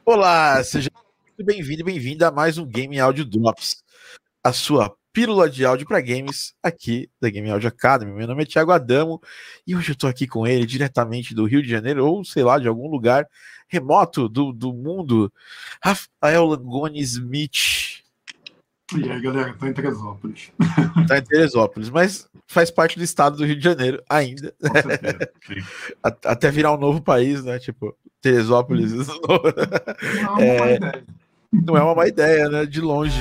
Olá, seja muito bem-vindo e bem-vinda a mais um Game Audio Drops, a sua pílula de áudio para games aqui da Game Audio Academy. Meu nome é Thiago Adamo e hoje eu estou aqui com ele diretamente do Rio de Janeiro, ou sei lá, de algum lugar remoto do mundo, Rafael Langoni Smith. E aí, galera, tô em Teresópolis. Tá em Teresópolis, mas faz parte do estado do Rio de Janeiro ainda. Com certeza, sim. Até virar um novo país, né? Tipo, Teresópolis. Não é uma má ideia. Não é uma má ideia, né? De longe.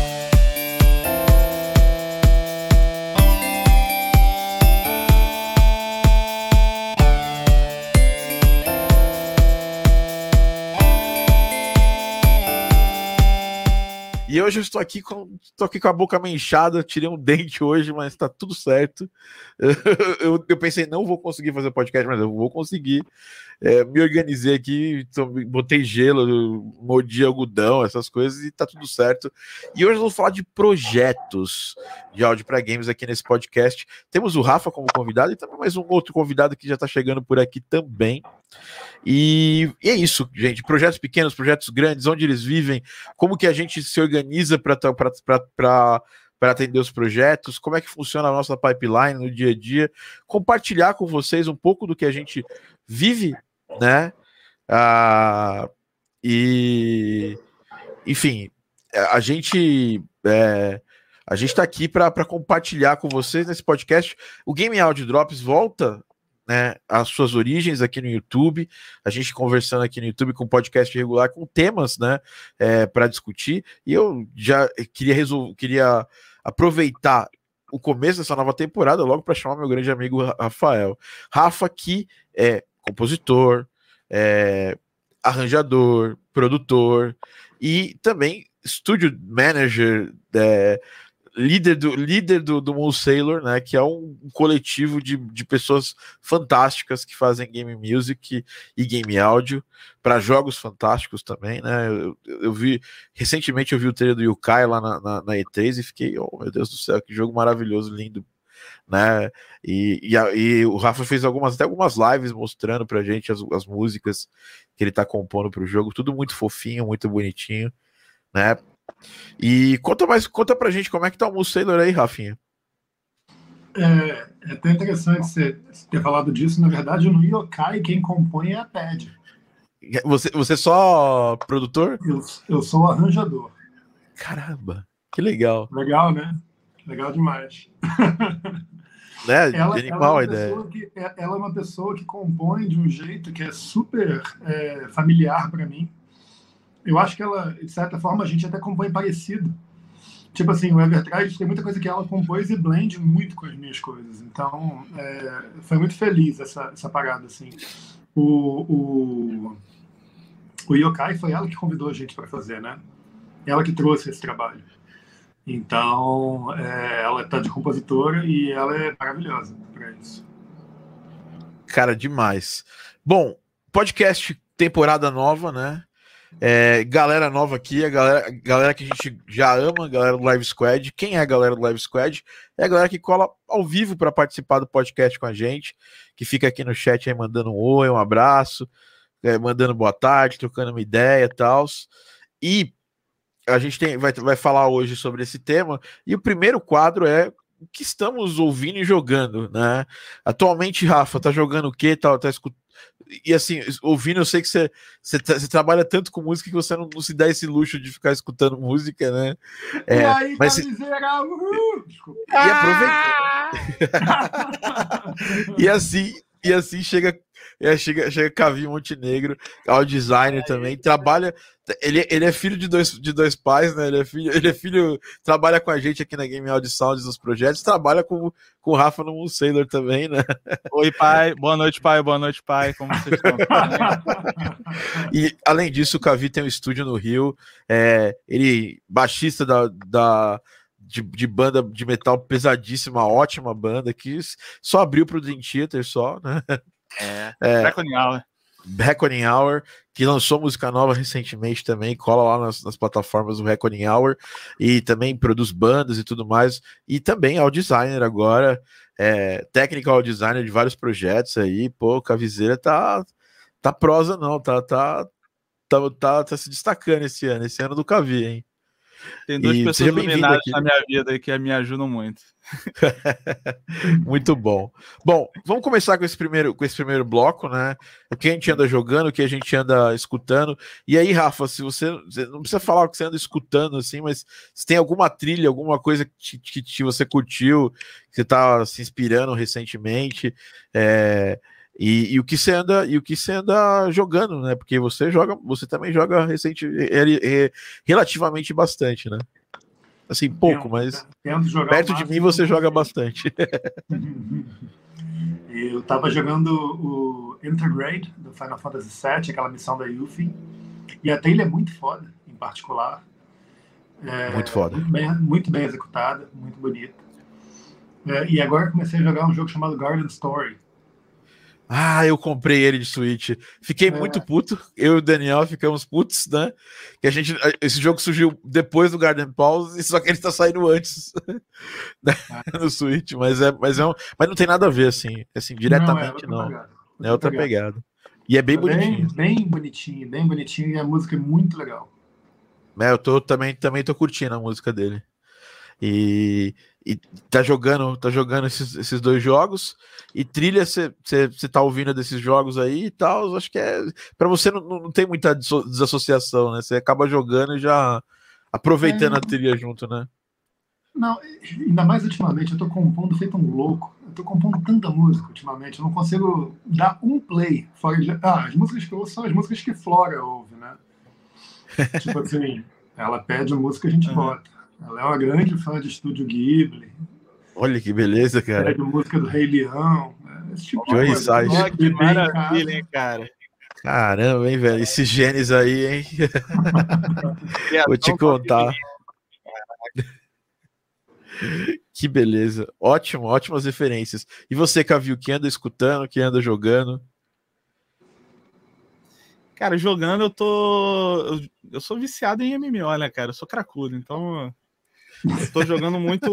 E hoje eu estou aqui com a boca meio inchada, tirei um dente hoje, mas tá tudo certo. Eu pensei, não vou conseguir fazer podcast, mas eu vou conseguir. Me organizei aqui, botei gelo, mordi algodão, essas coisas, e tá tudo certo. E hoje nós vamos falar de projetos de áudio para games aqui nesse podcast. Temos o Rafa como convidado e também mais um outro convidado que já tá chegando por aqui também. E é isso, gente. Projetos pequenos, projetos grandes, onde eles vivem, como que a gente se organiza para atender os projetos, como é que funciona a nossa pipeline no dia a dia, compartilhar com vocês um pouco do que a gente vive, né? E enfim, a gente está aqui para compartilhar com vocês nesse podcast. O Game Audio Drops volta, né, as suas origens aqui no YouTube, a gente conversando aqui no YouTube com podcast regular, com temas, né, para discutir, e eu já queria aproveitar o começo dessa nova temporada logo para chamar meu grande amigo Rafael. Rafa, que é compositor, arranjador, produtor e também studio manager, líder do Moon Sailor, né, que é um coletivo de pessoas fantásticas que fazem game music e game áudio para jogos fantásticos também, né? Recentemente eu vi o trailer do Yokai lá na E3 e fiquei, oh meu Deus do céu, que jogo maravilhoso, lindo, né? E o Rafa fez até algumas lives mostrando pra gente as músicas que ele tá compondo pro jogo, tudo muito fofinho, muito bonitinho, né? E conta pra gente como é que tá o Moon Sailor aí, Rafinha. É até interessante você ter falado disso. Na verdade, no Yokai, quem compõe é a Pad. Você é só produtor? Eu sou arranjador. Caramba, que legal. Legal, né? Legal demais. Né? Animal a ideia. Ela é uma pessoa que compõe de um jeito que é super familiar para mim. Eu acho que ela, de certa forma, a gente até compõe parecido. Tipo assim, o Evertride tem muita coisa que ela compôs e blende muito com as minhas coisas. Então, foi muito feliz essa parada, assim. O Yokai foi ela que convidou a gente para fazer, né? Ela que trouxe esse trabalho. Então, ela tá de compositora e ela é maravilhosa para isso. Cara, demais. Bom, podcast temporada nova, né? Galera nova aqui, a galera que a gente já ama, a galera do Live Squad. Quem é a galera do Live Squad? É a galera que cola ao vivo para participar do podcast com a gente, que fica aqui no chat aí mandando um oi, um abraço, mandando boa tarde, trocando uma ideia e tal. E a gente vai falar hoje sobre esse tema, e o primeiro quadro é o que estamos ouvindo e jogando, né? Atualmente, Rafa, tá jogando o quê? Tá escutando? E assim, ouvindo, eu sei que você trabalha tanto com música que você não se dá esse luxo de ficar escutando música, né? E aí, mas E assim chega Cavi Montenegro, ao designer também, trabalha, ele é filho de dois pais, né? Ele é filho, trabalha com a gente aqui na Game Audio Sounds nos projetos, trabalha com o Rafa no Moon Sailor também, né? Oi, pai, boa noite, pai, como vocês estão? E além disso, o Cavi tem um estúdio no Rio, ele baixista de banda de metal pesadíssima, ótima banda, que só abriu pro Dream Theater só, né? Reckoning Hour, que lançou música nova recentemente também, cola lá nas plataformas do Reckoning Hour, e também produz bandas e tudo mais, e também é o designer agora, technical designer de vários projetos aí. Pô, Cavizeira tá prosa não, tá tá se destacando esse ano. Esse ano do Cavi, hein? Tem duas E pessoas seja bem-vindo iluminadas aqui. na minha vida aí que me ajudam muito. Muito bom. Bom, vamos começar com esse primeiro bloco, né? O que a gente anda jogando, o que a gente anda escutando. E aí, Rafa, se você não precisa falar o que você anda escutando, assim, mas se tem alguma trilha, alguma coisa que você curtiu, que você tá se inspirando recentemente, e o que você anda jogando, né? Porque você também joga relativamente bastante, né? Assim, pouco, mas perto de mim você joga bastante. Eu tava jogando o Intergrade do Final Fantasy VII, aquela missão da Yuffie, e a trilha é muito foda, em particular. Muito foda. Muito bem executada, muito bonita. E agora comecei a jogar um jogo chamado Garden Story. Ah, eu comprei ele de Switch. Fiquei muito puto. Eu e o Daniel ficamos putos, né? Que esse jogo surgiu depois do Garden Pause, só que ele tá saindo antes no Switch. Mas não tem nada a ver, assim diretamente não. É outra pegada. E é bem bonitinho. Bem bonitinho, e a música é muito legal. Eu também tô curtindo a música dele. E tá jogando esses dois jogos. E trilha, você tá ouvindo desses jogos aí e tal. Acho que pra você não tem muita desassociação, né? Você acaba jogando e já aproveitando a trilha junto, né? Não, ainda mais ultimamente, eu tô compondo feito um louco. Eu tô compondo tanta música ultimamente, eu não consigo dar um play fora de. As músicas que eu ouço são as músicas que Flora ouve, né? Tipo assim, ela pede música, a gente bota. Ela é uma grande fã de Estúdio Ghibli. Olha que beleza, cara. Pede música do Rei Leão. Esse tipo de coisa. Que maravilha, hein, cara. Caramba, hein, velho? Esses genes aí, hein? Vou te contar. Que beleza. Ótimas referências. E você, Caviu, que anda escutando, que anda jogando? Cara, jogando eu sou viciado em MMO, né, cara? Eu sou cracudo, então eu tô jogando muito.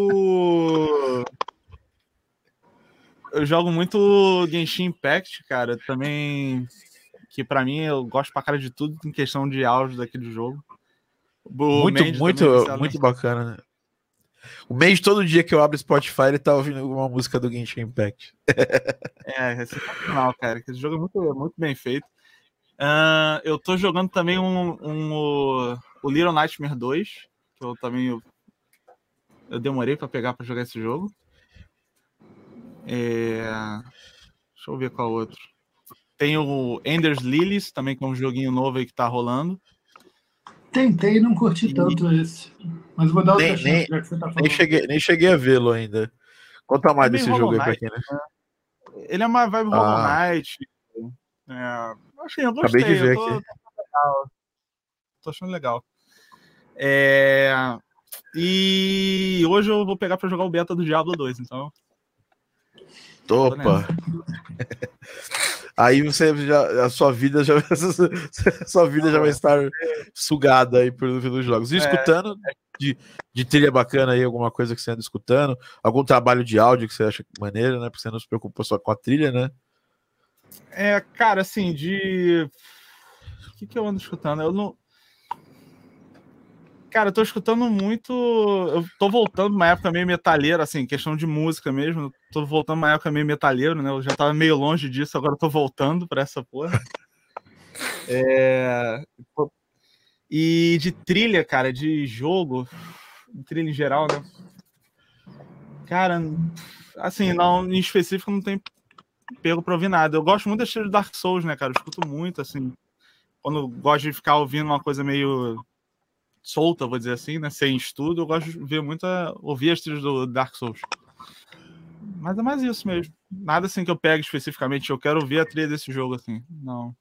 Eu jogo muito Genshin Impact, cara. Também, que pra mim eu gosto pra cara de tudo em questão de áudio daquele jogo. Muito bacana, né? O mês, todo dia que eu abro Spotify, ele tá ouvindo alguma música do Genshin Impact. É sensacional, cara. Esse jogo é muito bem feito. Eu tô jogando também o Little Nightmare 2, que eu demorei pra pegar pra jogar esse jogo. Deixa eu ver qual outro. Tem o Ender's Lilies, também, que é um joguinho novo aí que tá rolando. Tentei e não curti tanto esse. Mas vou dar outra chance, já que você tá falando. Nem cheguei a vê-lo ainda. Conta mais desse jogo aí pra quem, né? Ele é uma vibe Hollow Knight. Achei, eu gostei. Acabei de ver aqui. Tô achando legal. E hoje eu vou pegar pra jogar o beta do Diablo 2, então. Opa! Aí a sua vida já vai estar sugada aí pelos jogos. E escutando de trilha bacana aí, alguma coisa que você anda escutando, algum trabalho de áudio que você acha maneiro, né? Porque você não se preocupa só com a trilha, né? Cara, assim, o que eu ando escutando? Eu não. Cara, eu tô escutando muito. Eu tô voltando uma época meio metaleira, assim, questão de música mesmo. Eu tô voltando uma época meio metaleiro, né? Eu já tava meio longe disso, agora eu tô voltando pra essa porra. E de trilha, cara, de jogo, trilha em geral, né? Cara, assim, não, em específico não tem pego pra ouvir nada. Eu gosto muito da estilo de Dark Souls, né, cara? Eu escuto muito, assim. Quando eu gosto de ficar ouvindo uma coisa meio solta, vou dizer assim, né? Sem estudo, eu gosto de ver ouvir as trilhas do Dark Souls. Mas é mais isso mesmo. Nada assim que eu pegue especificamente. Eu quero ouvir a trilha desse jogo, assim. Não.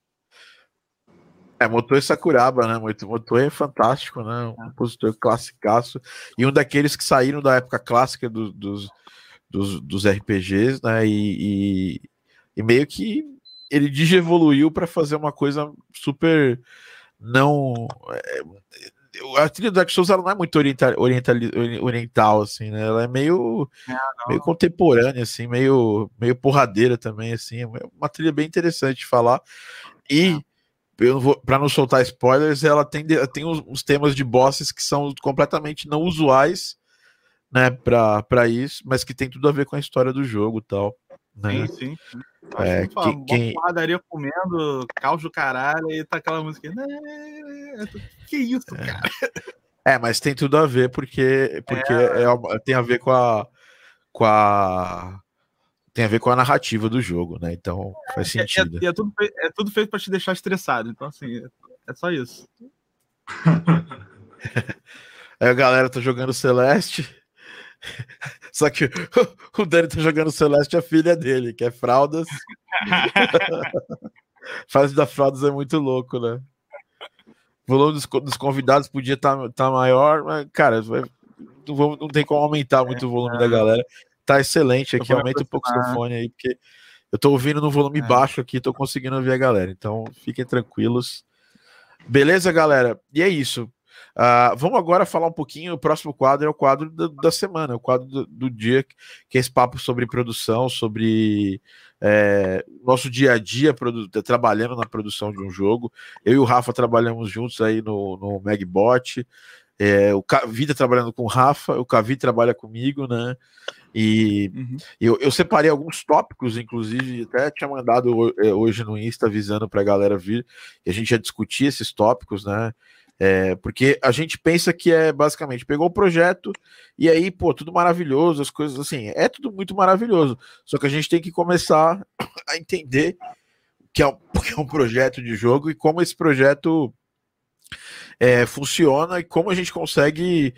Motoi Sakuraba, né? Motoi é fantástico, né? Um compositor classicaço. E um daqueles que saíram da época clássica dos RPGs, né? E meio que ele digievoluiu para fazer uma coisa super não. A trilha do Dark Souls ela não é muito oriental, assim, né? Ela é meio contemporânea, assim, meio porradeira também, assim. É uma trilha bem interessante de falar. E eu não vou, para não soltar spoilers, ela tem uns temas de bosses que são completamente não usuais, né, para isso, mas que tem tudo a ver com a história do jogo e tal, né? Sim. Acho que quem... porradaria comendo, caos do caralho, e tá aquela música. Que isso, cara? Mas tem tudo a ver, porque tem a ver tem a ver com a narrativa do jogo, né? Então faz sentido. É tudo feito para te deixar estressado. Então, assim, é só isso. Aí a galera tá jogando Celeste. Só que o Dani tá jogando Celeste, a filha dele, que é Fraldas. Fase da Fraldas é muito louco, né? O volume dos convidados podia tá maior, mas, cara, não tem como aumentar muito o volume da galera. Tá excelente aqui, aumenta um pouco o seu fone aí, porque eu tô ouvindo no volume baixo aqui, tô conseguindo ouvir a galera. Então, fiquem tranquilos. Beleza, galera? E é isso. Vamos agora falar um pouquinho. O próximo quadro é o quadro da semana, o quadro do dia, que é esse papo sobre produção, sobre nosso dia a dia trabalhando na produção de um jogo. Eu e o Rafa trabalhamos juntos aí no Megbot. O Cavi tá trabalhando com o Rafa, o Cavi trabalha comigo, né? E eu separei alguns tópicos, inclusive, até tinha mandado hoje no Insta avisando pra galera vir, que a gente ia discutir esses tópicos, né? Porque a gente pensa que basicamente pegou o projeto e aí, pô, tudo maravilhoso, as coisas assim, é tudo muito maravilhoso. Só que a gente tem que começar a entender que é um projeto de jogo e como esse projeto funciona e como a gente consegue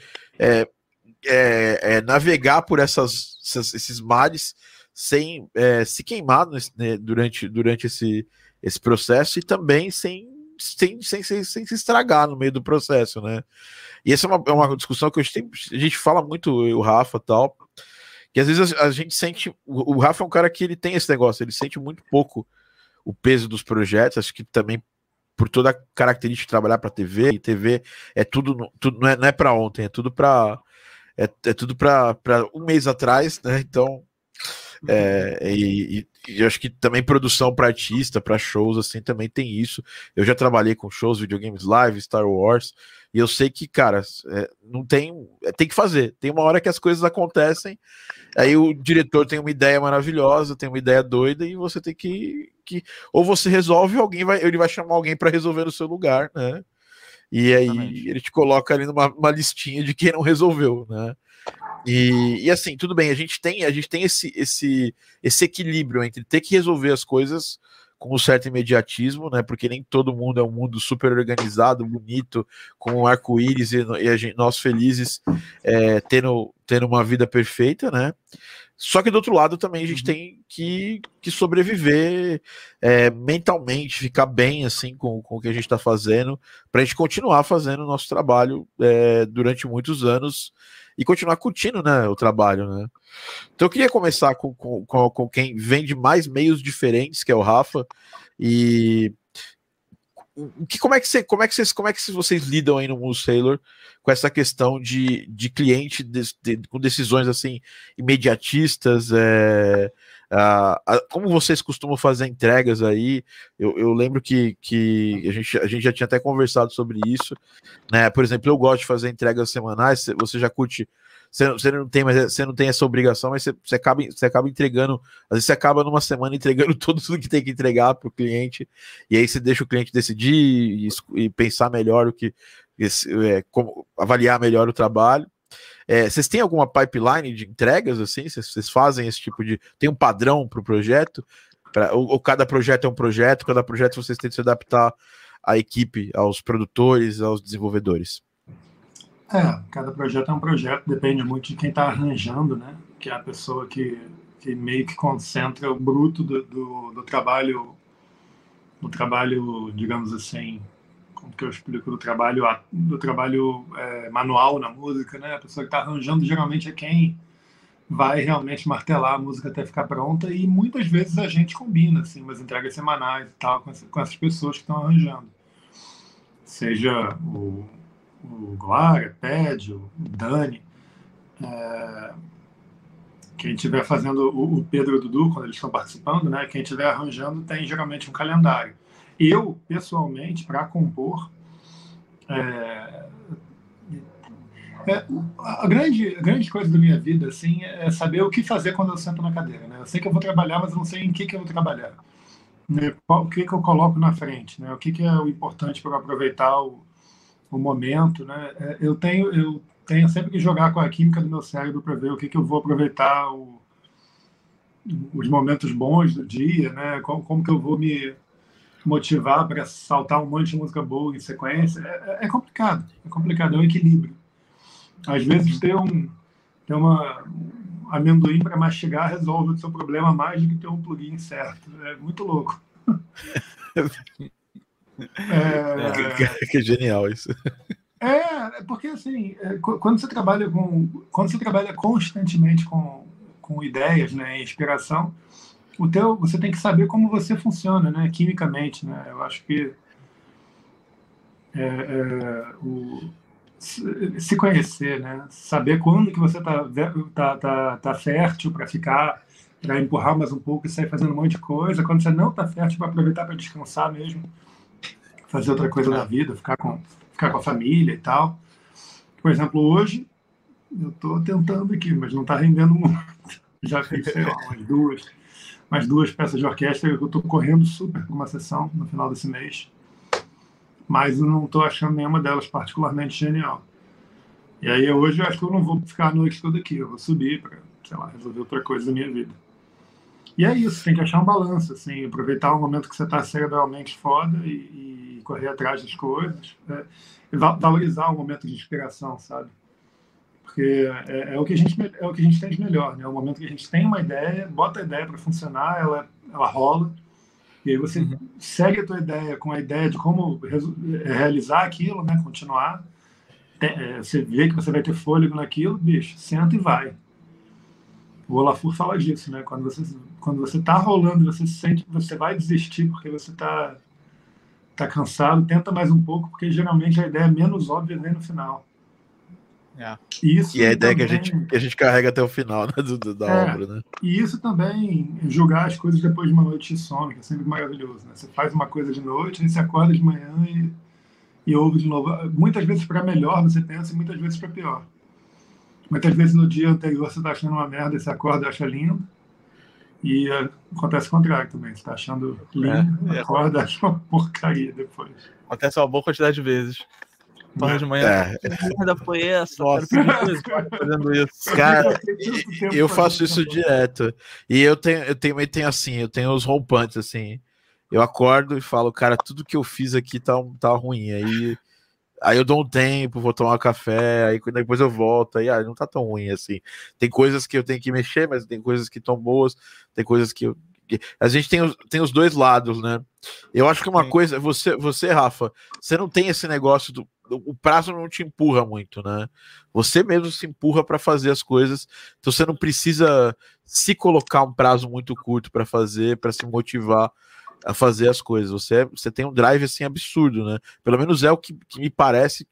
navegar por esses mares sem se queimar durante esse processo e também sem se estragar no meio do processo, né? E essa é uma discussão que a gente fala muito, o Rafa e tal, que às vezes a gente sente, o Rafa é um cara que ele tem esse negócio, ele sente muito pouco o peso dos projetos, acho que também por toda a característica de trabalhar para TV, e TV é tudo não é para ontem, é tudo para um mês atrás, né? Então e eu acho que também produção para artista, para shows, assim, também tem isso. Eu já trabalhei com shows, videogames live, Star Wars, e eu sei que, cara, não tem que fazer. Tem uma hora que as coisas acontecem, aí o diretor tem uma ideia maravilhosa, tem uma ideia doida, e você tem que ou você resolve, ou ele vai chamar alguém para resolver no seu lugar, né? E aí ele te coloca ali numa listinha de quem não resolveu, né? E assim, tudo bem, a gente tem esse equilíbrio entre ter que resolver as coisas com um certo imediatismo, né? Porque nem todo mundo é um mundo super organizado, bonito, com um arco-íris e nós felizes tendo uma vida perfeita, né? Só que do outro lado também a gente tem que sobreviver mentalmente, ficar bem assim com o que a gente está fazendo, para a gente continuar fazendo o nosso trabalho durante muitos anos e continuar curtindo, né, o trabalho, né? Então eu queria começar com quem vem de mais meios diferentes, que é o Rafa, e como é que vocês lidam aí no Moon Sailor com essa questão de cliente com decisões assim imediatistas, como vocês costumam fazer entregas aí? Eu lembro que a gente já tinha até conversado sobre isso, né? Por exemplo, eu gosto de fazer entregas semanais, você já curte. Você não tem essa obrigação, mas você acaba entregando. Às vezes você acaba numa semana entregando tudo que tem que entregar para o cliente, e aí você deixa o cliente decidir e pensar melhor como avaliar melhor o trabalho. Vocês têm alguma pipeline de entregas assim? Vocês fazem esse tipo de. Tem um padrão para o projeto? Ou cada projeto é um projeto, cada projeto vocês têm que se adaptar à equipe, aos produtores, aos desenvolvedores? Cada projeto é um projeto, depende muito de quem está arranjando, né? Que é a pessoa que meio que concentra o bruto do trabalho, digamos assim, como que eu explico, do trabalho manual na música, né? A pessoa que está arranjando geralmente é quem vai realmente martelar a música até ficar pronta, e muitas vezes a gente combina assim, umas entregas semanais e tal com essas pessoas que estão arranjando. Seja o Glória, Ped, o Dani, quem estiver fazendo o Pedro e o Dudu, quando eles estão participando, né? Quem estiver arranjando tem geralmente um calendário. eu, pessoalmente, para compor, a grande coisa da minha vida assim, é saber o que fazer quando eu sento na cadeira. Né? Eu sei que eu vou trabalhar, mas eu não sei em que eu vou trabalhar. Né? O que eu coloco na frente, né? O que é o importante para aproveitar o momento. Né? Eu tenho sempre que jogar com a química do meu cérebro para ver o que eu vou aproveitar, os momentos bons do dia, né? Como que eu vou me motivar para saltar um monte de música boa em sequência. É complicado, é um equilíbrio. Às vezes ter uma amendoim para mastigar resolve o seu problema mais do que ter um plugin certo. É muito louco. Que genial isso. Porque assim, quando você trabalha constantemente com ideias, né, inspiração, você tem que saber como você funciona, né, quimicamente, né? Eu acho que se conhecer, né, saber quando que você tá fértil para empurrar mais um pouco e sair fazendo um monte de coisa, quando você não está fértil para aproveitar para descansar mesmo, fazer outra coisa da vida, ficar com a família e tal. Por exemplo, hoje eu estou tentando aqui, mas não está rendendo muito. Já fiz, sei lá, umas duas peças de orquestra. Eu estou correndo super com uma sessão no final desse mês, mas eu não estou achando nenhuma delas particularmente genial. E aí hoje eu acho que eu não vou ficar a noite toda aqui, eu vou subir para, sei lá, resolver outra coisa da minha vida. E é isso, tem que achar um balanço, assim, aproveitar o momento que você está cerebralmente foda e correr atrás das coisas, e valorizar o momento de inspiração, sabe? Porque é o que a gente tem de melhor, né? É o momento que a gente tem uma ideia, bota a ideia para funcionar, ela rola, e aí você segue a tua ideia com a ideia de como realizar aquilo, né? Continuar. Você vê que você vai ter fôlego naquilo, bicho, senta e vai. O Olafur fala disso, né? Quando você tá rolando, você sente que você vai desistir porque você tá cansado, tenta mais um pouco, porque geralmente a ideia menos óbvia vem no final. Isso e a ideia também, que a gente carrega até o final, né, da obra, né? E isso também, julgar as coisas depois de uma noite de sono, que é sempre maravilhoso, né? Você faz uma coisa de noite, aí você acorda de manhã e ouve de novo. Muitas vezes para melhor você pensa, e muitas vezes para pior. Muitas vezes no dia anterior você está achando uma merda, você acorda e acha lindo. E acontece o contrário também. Você está achando lindo, acorda e acha uma porcaria depois. Acontece uma boa quantidade de vezes. Acorda de manhã. Que merda foi essa? Nossa. Fazendo isso. Cara, eu faço isso direto. E eu tenho assim, eu tenho os rompantes, assim. Eu acordo e falo, cara, tudo que eu fiz aqui tá ruim. Aí eu dou um tempo, vou tomar um café, aí depois eu volto, aí não tá tão ruim assim. Tem coisas que eu tenho que mexer, mas tem coisas que estão boas, tem coisas que a gente tem os dois lados, né? Eu acho que uma coisa, você, Rafa, você não tem esse negócio o prazo não te empurra muito, né? Você mesmo se empurra para fazer as coisas, então você não precisa se colocar um prazo muito curto para fazer, para se motivar a fazer as coisas. Você tem um drive assim absurdo, né? Pelo menos é o que me parece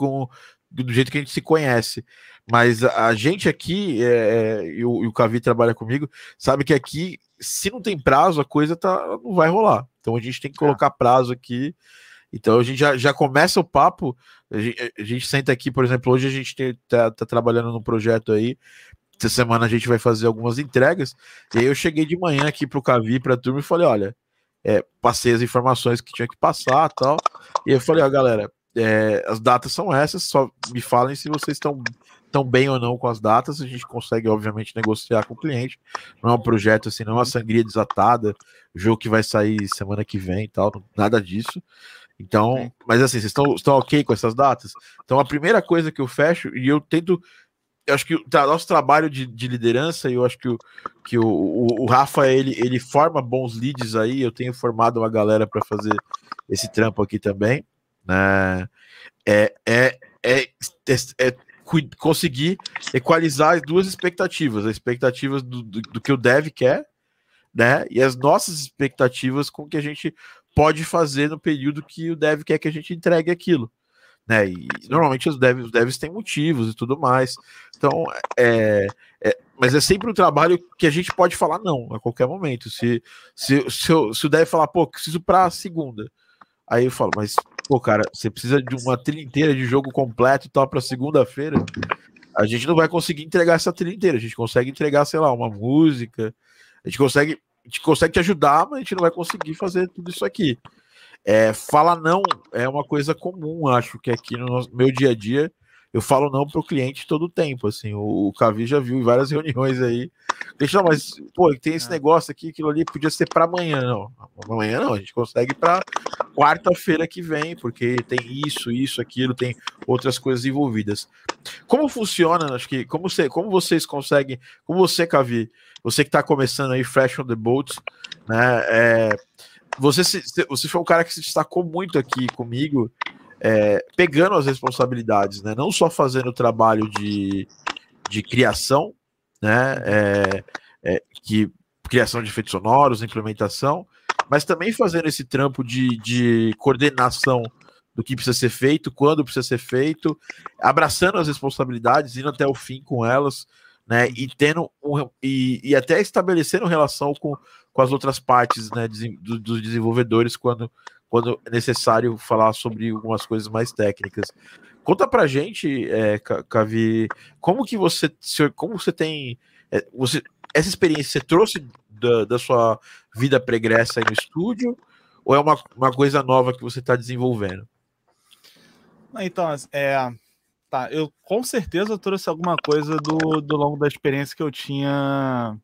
do jeito que a gente se conhece. Mas a gente aqui, e o Cavi trabalha comigo, sabe que aqui, se não tem prazo, a coisa não vai rolar. Então a gente tem que colocar prazo aqui. Então a gente já começa o papo, a gente senta aqui, por exemplo, hoje a gente tá trabalhando num projeto aí. Essa semana a gente vai fazer algumas entregas. E aí eu cheguei de manhã aqui pro Cavi, pra turma, e falei, olha, passei as informações que tinha que passar e tal. E eu falei, ó, galera, as datas são essas, só me falem se vocês estão bem ou não com as datas. A gente consegue, obviamente, negociar com o cliente. Não é um projeto assim, não é uma sangria desatada, jogo que vai sair semana que vem e tal, nada disso. Então, mas assim, vocês estão ok com essas datas? Então, a primeira coisa que eu fecho, e eu tento. Eu acho que o nosso trabalho de liderança, eu acho que o Rafa, ele forma bons leads aí, eu tenho formado uma galera para fazer esse trampo aqui também, né? Conseguir equalizar as duas expectativas, as expectativas do que o dev quer, né? E as nossas expectativas com o que a gente pode fazer no período que o dev quer que a gente entregue aquilo. Né? E normalmente os devs têm motivos e tudo mais. Então, mas é sempre um trabalho que a gente pode falar não a qualquer momento. Se o dev falar, pô, preciso para segunda, Aí eu falo, mas, pô, cara, você precisa de uma trilha inteira de jogo completo e tal pra segunda-feira. A gente não vai conseguir entregar essa trilha inteira. A gente consegue entregar, sei lá, uma música. A gente consegue te ajudar, mas a gente não vai conseguir fazer tudo isso aqui. Fala não é uma coisa comum, acho que aqui no meu dia a dia eu falo não pro cliente todo o tempo, assim, o Cavi já viu em várias reuniões aí, deixa, mas, pô, tem esse negócio aqui, aquilo ali podia ser para amanhã, não, amanhã não, a gente consegue para quarta-feira que vem, porque tem isso, aquilo, tem outras coisas envolvidas. Como funciona, acho que, como vocês conseguem, como você, Cavi, você que está começando aí, fresh on the boat, né, você foi um cara que se destacou muito aqui comigo, pegando as responsabilidades, né? Não só fazendo o trabalho de criação, né? Criação de efeitos sonoros, implementação, mas também fazendo esse trampo de coordenação do que precisa ser feito, quando precisa ser feito, abraçando as responsabilidades, indo até o fim com elas, né? E tendo e até estabelecendo relação com as outras partes, né, dos desenvolvedores quando é necessário falar sobre algumas coisas mais técnicas. Conta pra gente, Cavi, como você tem essa experiência você trouxe da sua vida pregressa aí no estúdio, ou é uma coisa nova que você está desenvolvendo? Então, tá, eu com certeza trouxe alguma coisa do longo da experiência que eu tinha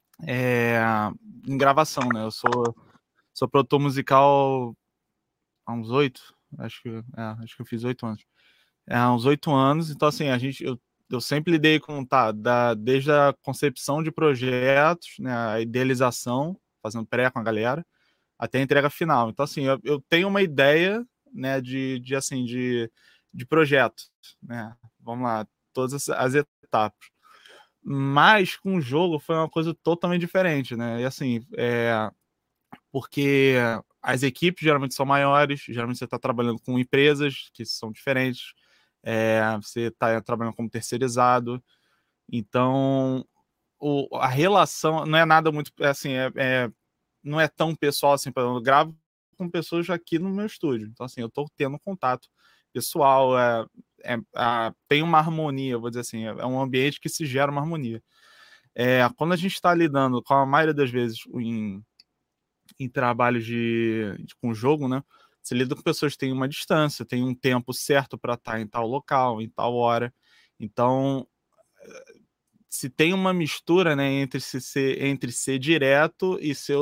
em gravação, né? Eu sou produtor musical há uns 8, acho que eu fiz 8 anos. Há uns 8 anos, então assim, eu sempre lidei com, desde a concepção de projetos, né, a idealização, fazendo pré com a galera, até a entrega final. Então assim, eu tenho uma ideia, né, de projeto, né? Vamos lá, todas as etapas. Mas com o jogo foi uma coisa totalmente diferente, né? E assim, porque as equipes geralmente são maiores, geralmente você está trabalhando com empresas que são diferentes, você está trabalhando como terceirizado, então a relação não é nada muito assim, não é tão pessoal assim, por exemplo, eu gravo com pessoas aqui no meu estúdio, então assim, eu estou tendo contato pessoal, tem uma harmonia, vou dizer assim, é um ambiente que se gera uma harmonia. Quando a gente está lidando com a maioria das vezes em trabalhos com jogo, né? Você lida com pessoas que têm uma distância, tem um tempo certo para estar em tal local, em tal hora. Então, se tem uma mistura, né, entre ser direto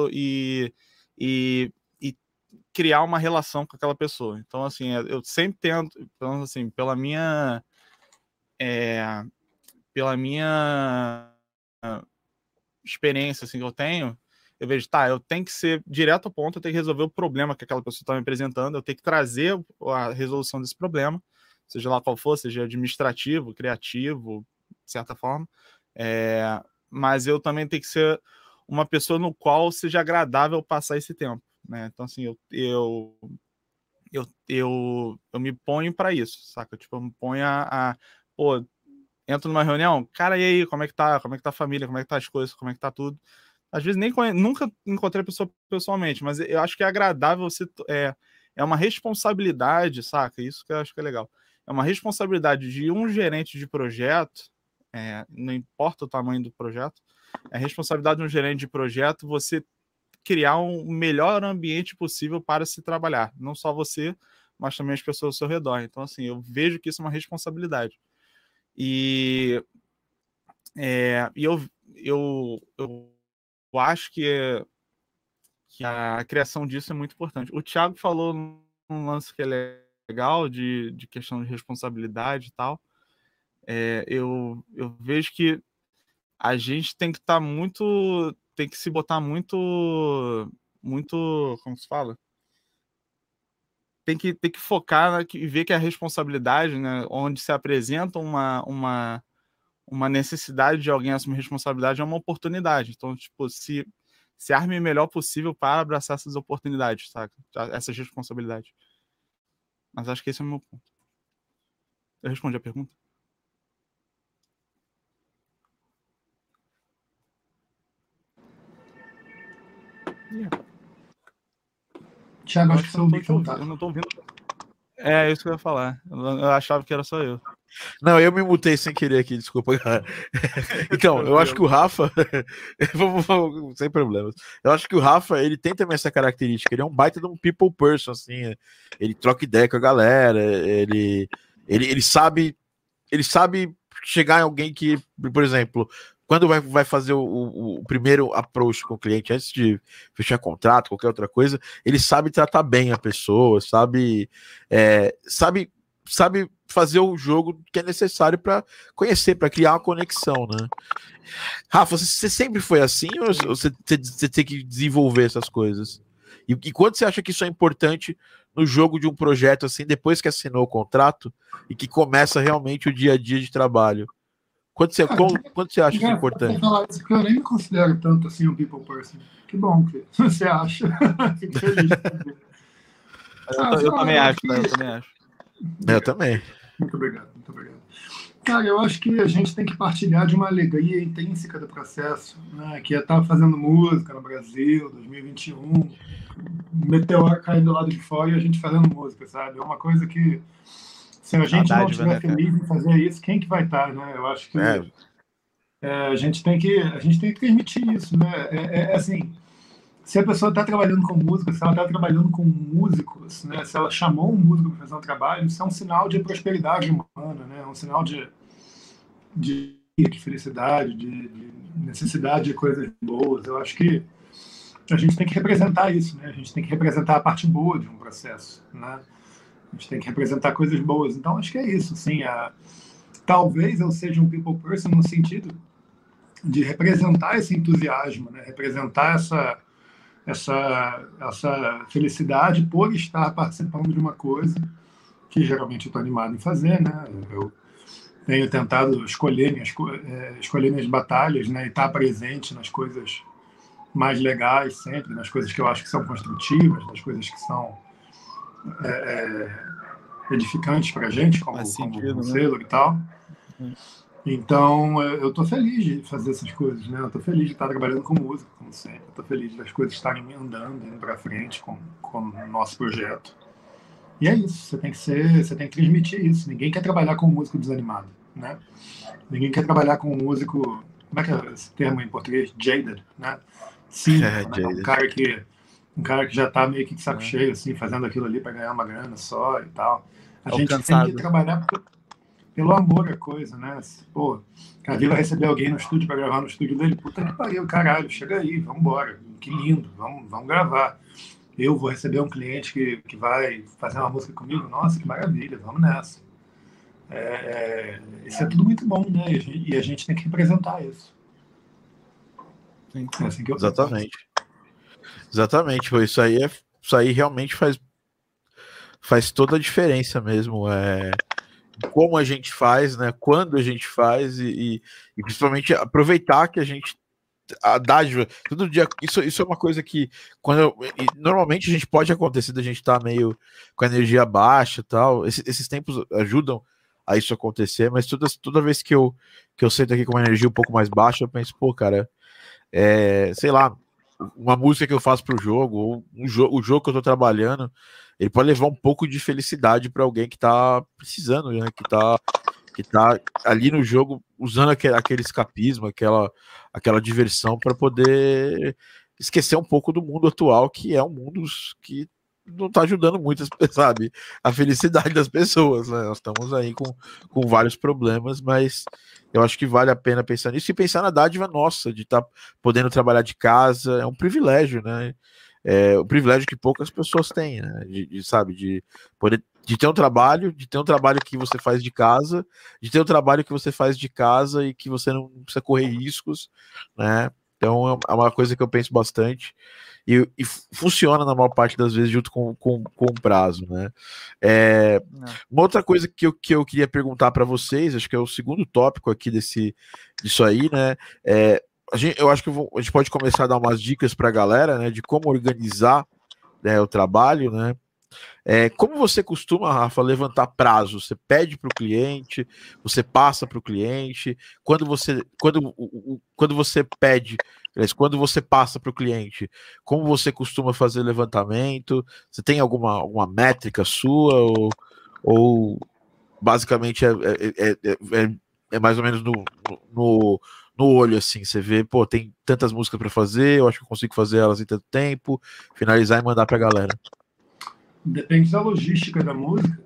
e criar uma relação com aquela pessoa. Então, assim, eu sempre tento, então, assim, pela minha experiência assim, que eu tenho, eu vejo, eu tenho que ser direto ao ponto, eu tenho que resolver o problema que aquela pessoa está me apresentando, eu tenho que trazer a resolução desse problema, seja lá qual for, seja administrativo, criativo, de certa forma, mas eu também tenho que ser uma pessoa no qual seja agradável passar esse tempo, né? Então, assim, eu me ponho para isso, saca? Tipo, eu me ponho pô, entro numa reunião, cara, e aí, como é que tá? Como é que tá a família? Como é que tá as coisas? Como é que tá tudo? Às vezes nunca encontrei a pessoa pessoalmente, mas eu acho que é agradável você. É uma responsabilidade, saca? Isso que eu acho que é legal. É uma responsabilidade de um gerente de projeto, não importa o tamanho do projeto, é a responsabilidade de um gerente de projeto você criar um melhor ambiente possível para se trabalhar. Não só você, mas também as pessoas ao seu redor. Então, assim, eu vejo que isso é uma responsabilidade. E, eu acho que a criação disso é muito importante. O Thiago falou num lance que é legal de questão de responsabilidade e tal. Eu vejo que a gente tem que estar tem que se botar muito, como se fala? Tem que focar e ver que a responsabilidade, né, onde se apresenta uma necessidade de alguém assumir responsabilidade é uma oportunidade. Então, tipo, se arme o melhor possível para abraçar essas oportunidades, saca? Essas responsabilidades. Mas acho que esse é o meu ponto. Eu respondi a pergunta? Thiago, acho que seu mic não tá. Eu não tô ouvindo. É isso que eu ia falar. Eu achava que era só eu. Não, eu me mutei sem querer aqui, desculpa, cara. Então, eu acho que o Rafa, sem problemas. Eu acho que o Rafa, ele tem também essa característica. Ele é um baita de um people person, assim. Ele troca ideia com a galera. Ele sabe chegar em alguém que, por exemplo, quando vai fazer o primeiro approach com o cliente, antes de fechar contrato, qualquer outra coisa, ele sabe tratar bem a pessoa, sabe fazer o jogo que é necessário para conhecer, para criar uma conexão, né? Rafa, você sempre foi assim ou você tem que desenvolver essas coisas? E quando você acha que isso é importante no jogo de um projeto assim, depois que assinou o contrato e que começa realmente o dia a dia de trabalho? Quando você acha isso importante? Falar isso, porque eu nem me considero tanto assim um people person. Que bom que você acha. Fico feliz. Eu também acho, tá? Eu também acho. Eu também. Muito obrigado, muito obrigado. Cara, eu acho que a gente tem que partilhar de uma alegria intrínseca do processo, né? Que é estar fazendo música no Brasil, 2021, meteoro caindo do lado de fora e a gente fazendo música, sabe? É uma coisa que, se a gente não estiver feliz em fazer isso, quem que vai estar, né? Eu acho que a gente tem que transmitir isso, né? Assim, se a pessoa está trabalhando com música, se ela está trabalhando com músicos, né? Se ela chamou um músico para fazer um trabalho, isso é um sinal de prosperidade humana, né? É um sinal de felicidade, de necessidade de coisas boas. Eu acho que a gente tem que representar isso, né? A gente tem que representar a parte boa de um processo, né? A gente tem que representar coisas boas. Então, acho que é isso, sim. Talvez eu seja um people person no sentido de representar esse entusiasmo, né? Representar essa felicidade por estar participando de uma coisa que geralmente eu estou animado em fazer, né? Eu tenho tentado escolher minhas batalhas, né? E estar presente nas coisas mais legais sempre, nas coisas que eu acho que são construtivas, nas coisas que são edificantes para a gente, como conselho, né? E tal. Então, eu estou feliz de fazer essas coisas, né? Eu estou feliz de estar trabalhando com música, como sempre. Eu estou feliz das coisas estarem andando, indo para frente com o nosso projeto. E é isso, você tem que transmitir isso. Ninguém quer trabalhar com um músico desanimado, né? Ninguém quer trabalhar com um músico, como é que é esse termo em português? Jaded, né? Sim, né? Um cara que já está meio que de saco cheio, assim, fazendo aquilo ali para ganhar uma grana só e tal. A gente tem que trabalhar pelo amor à coisa, né? Pô, Cavi vai receber alguém no estúdio para gravar no estúdio dele, puta que pariu, caralho, chega aí, vamos embora, que lindo, vamos gravar. Eu vou receber um cliente que vai fazer uma música comigo, nossa, que maravilha, vamos nessa. Isso é tudo muito bom, né? E a gente tem que representar isso. Sim. É assim que eu Exatamente, isso aí realmente faz toda a diferença mesmo. Como a gente faz, né? Quando a gente faz e principalmente aproveitar que a dádiva, todo dia, isso é uma coisa que normalmente a gente pode acontecer da gente estar meio com a energia baixa e tal, esses tempos ajudam a isso acontecer, mas toda vez que eu sento aqui com uma energia um pouco mais baixa, eu penso, pô, cara, sei lá, uma música que eu faço pro jogo, ou o jogo que eu tô trabalhando, ele pode levar um pouco de felicidade para alguém que tá precisando, né? Que tá ali no jogo usando aquele escapismo, aquela diversão para poder esquecer um pouco do mundo atual, que é um mundo que não tá ajudando muito, sabe, a felicidade das pessoas, né? Nós estamos aí com vários problemas, mas eu acho que vale a pena pensar nisso e pensar na dádiva nossa de estar podendo trabalhar de casa, é um privilégio, né? É o privilégio que poucas pessoas têm, né? De poder ter um trabalho, que você faz de casa, de ter um trabalho que você faz de casa e que você não precisa correr riscos, né? Então é uma coisa que eu penso bastante e funciona na maior parte das vezes junto com o prazo, né? Uma outra coisa que eu queria perguntar para vocês, acho que é o segundo tópico aqui disso aí, né? Eu acho que a gente pode começar a dar umas dicas para a galera, né, de como organizar, né, o trabalho, né? Como você costuma, Rafa, levantar prazo? Você pede para o cliente, você passa para o cliente, quando você pede, quando você passa para o cliente, como você costuma fazer levantamento? Você tem alguma métrica sua ou basicamente é mais ou menos no olho, assim, você vê, pô, tem tantas músicas para fazer, eu acho que eu consigo fazer elas em tanto tempo, finalizar e mandar para a galera. Depende da logística da música.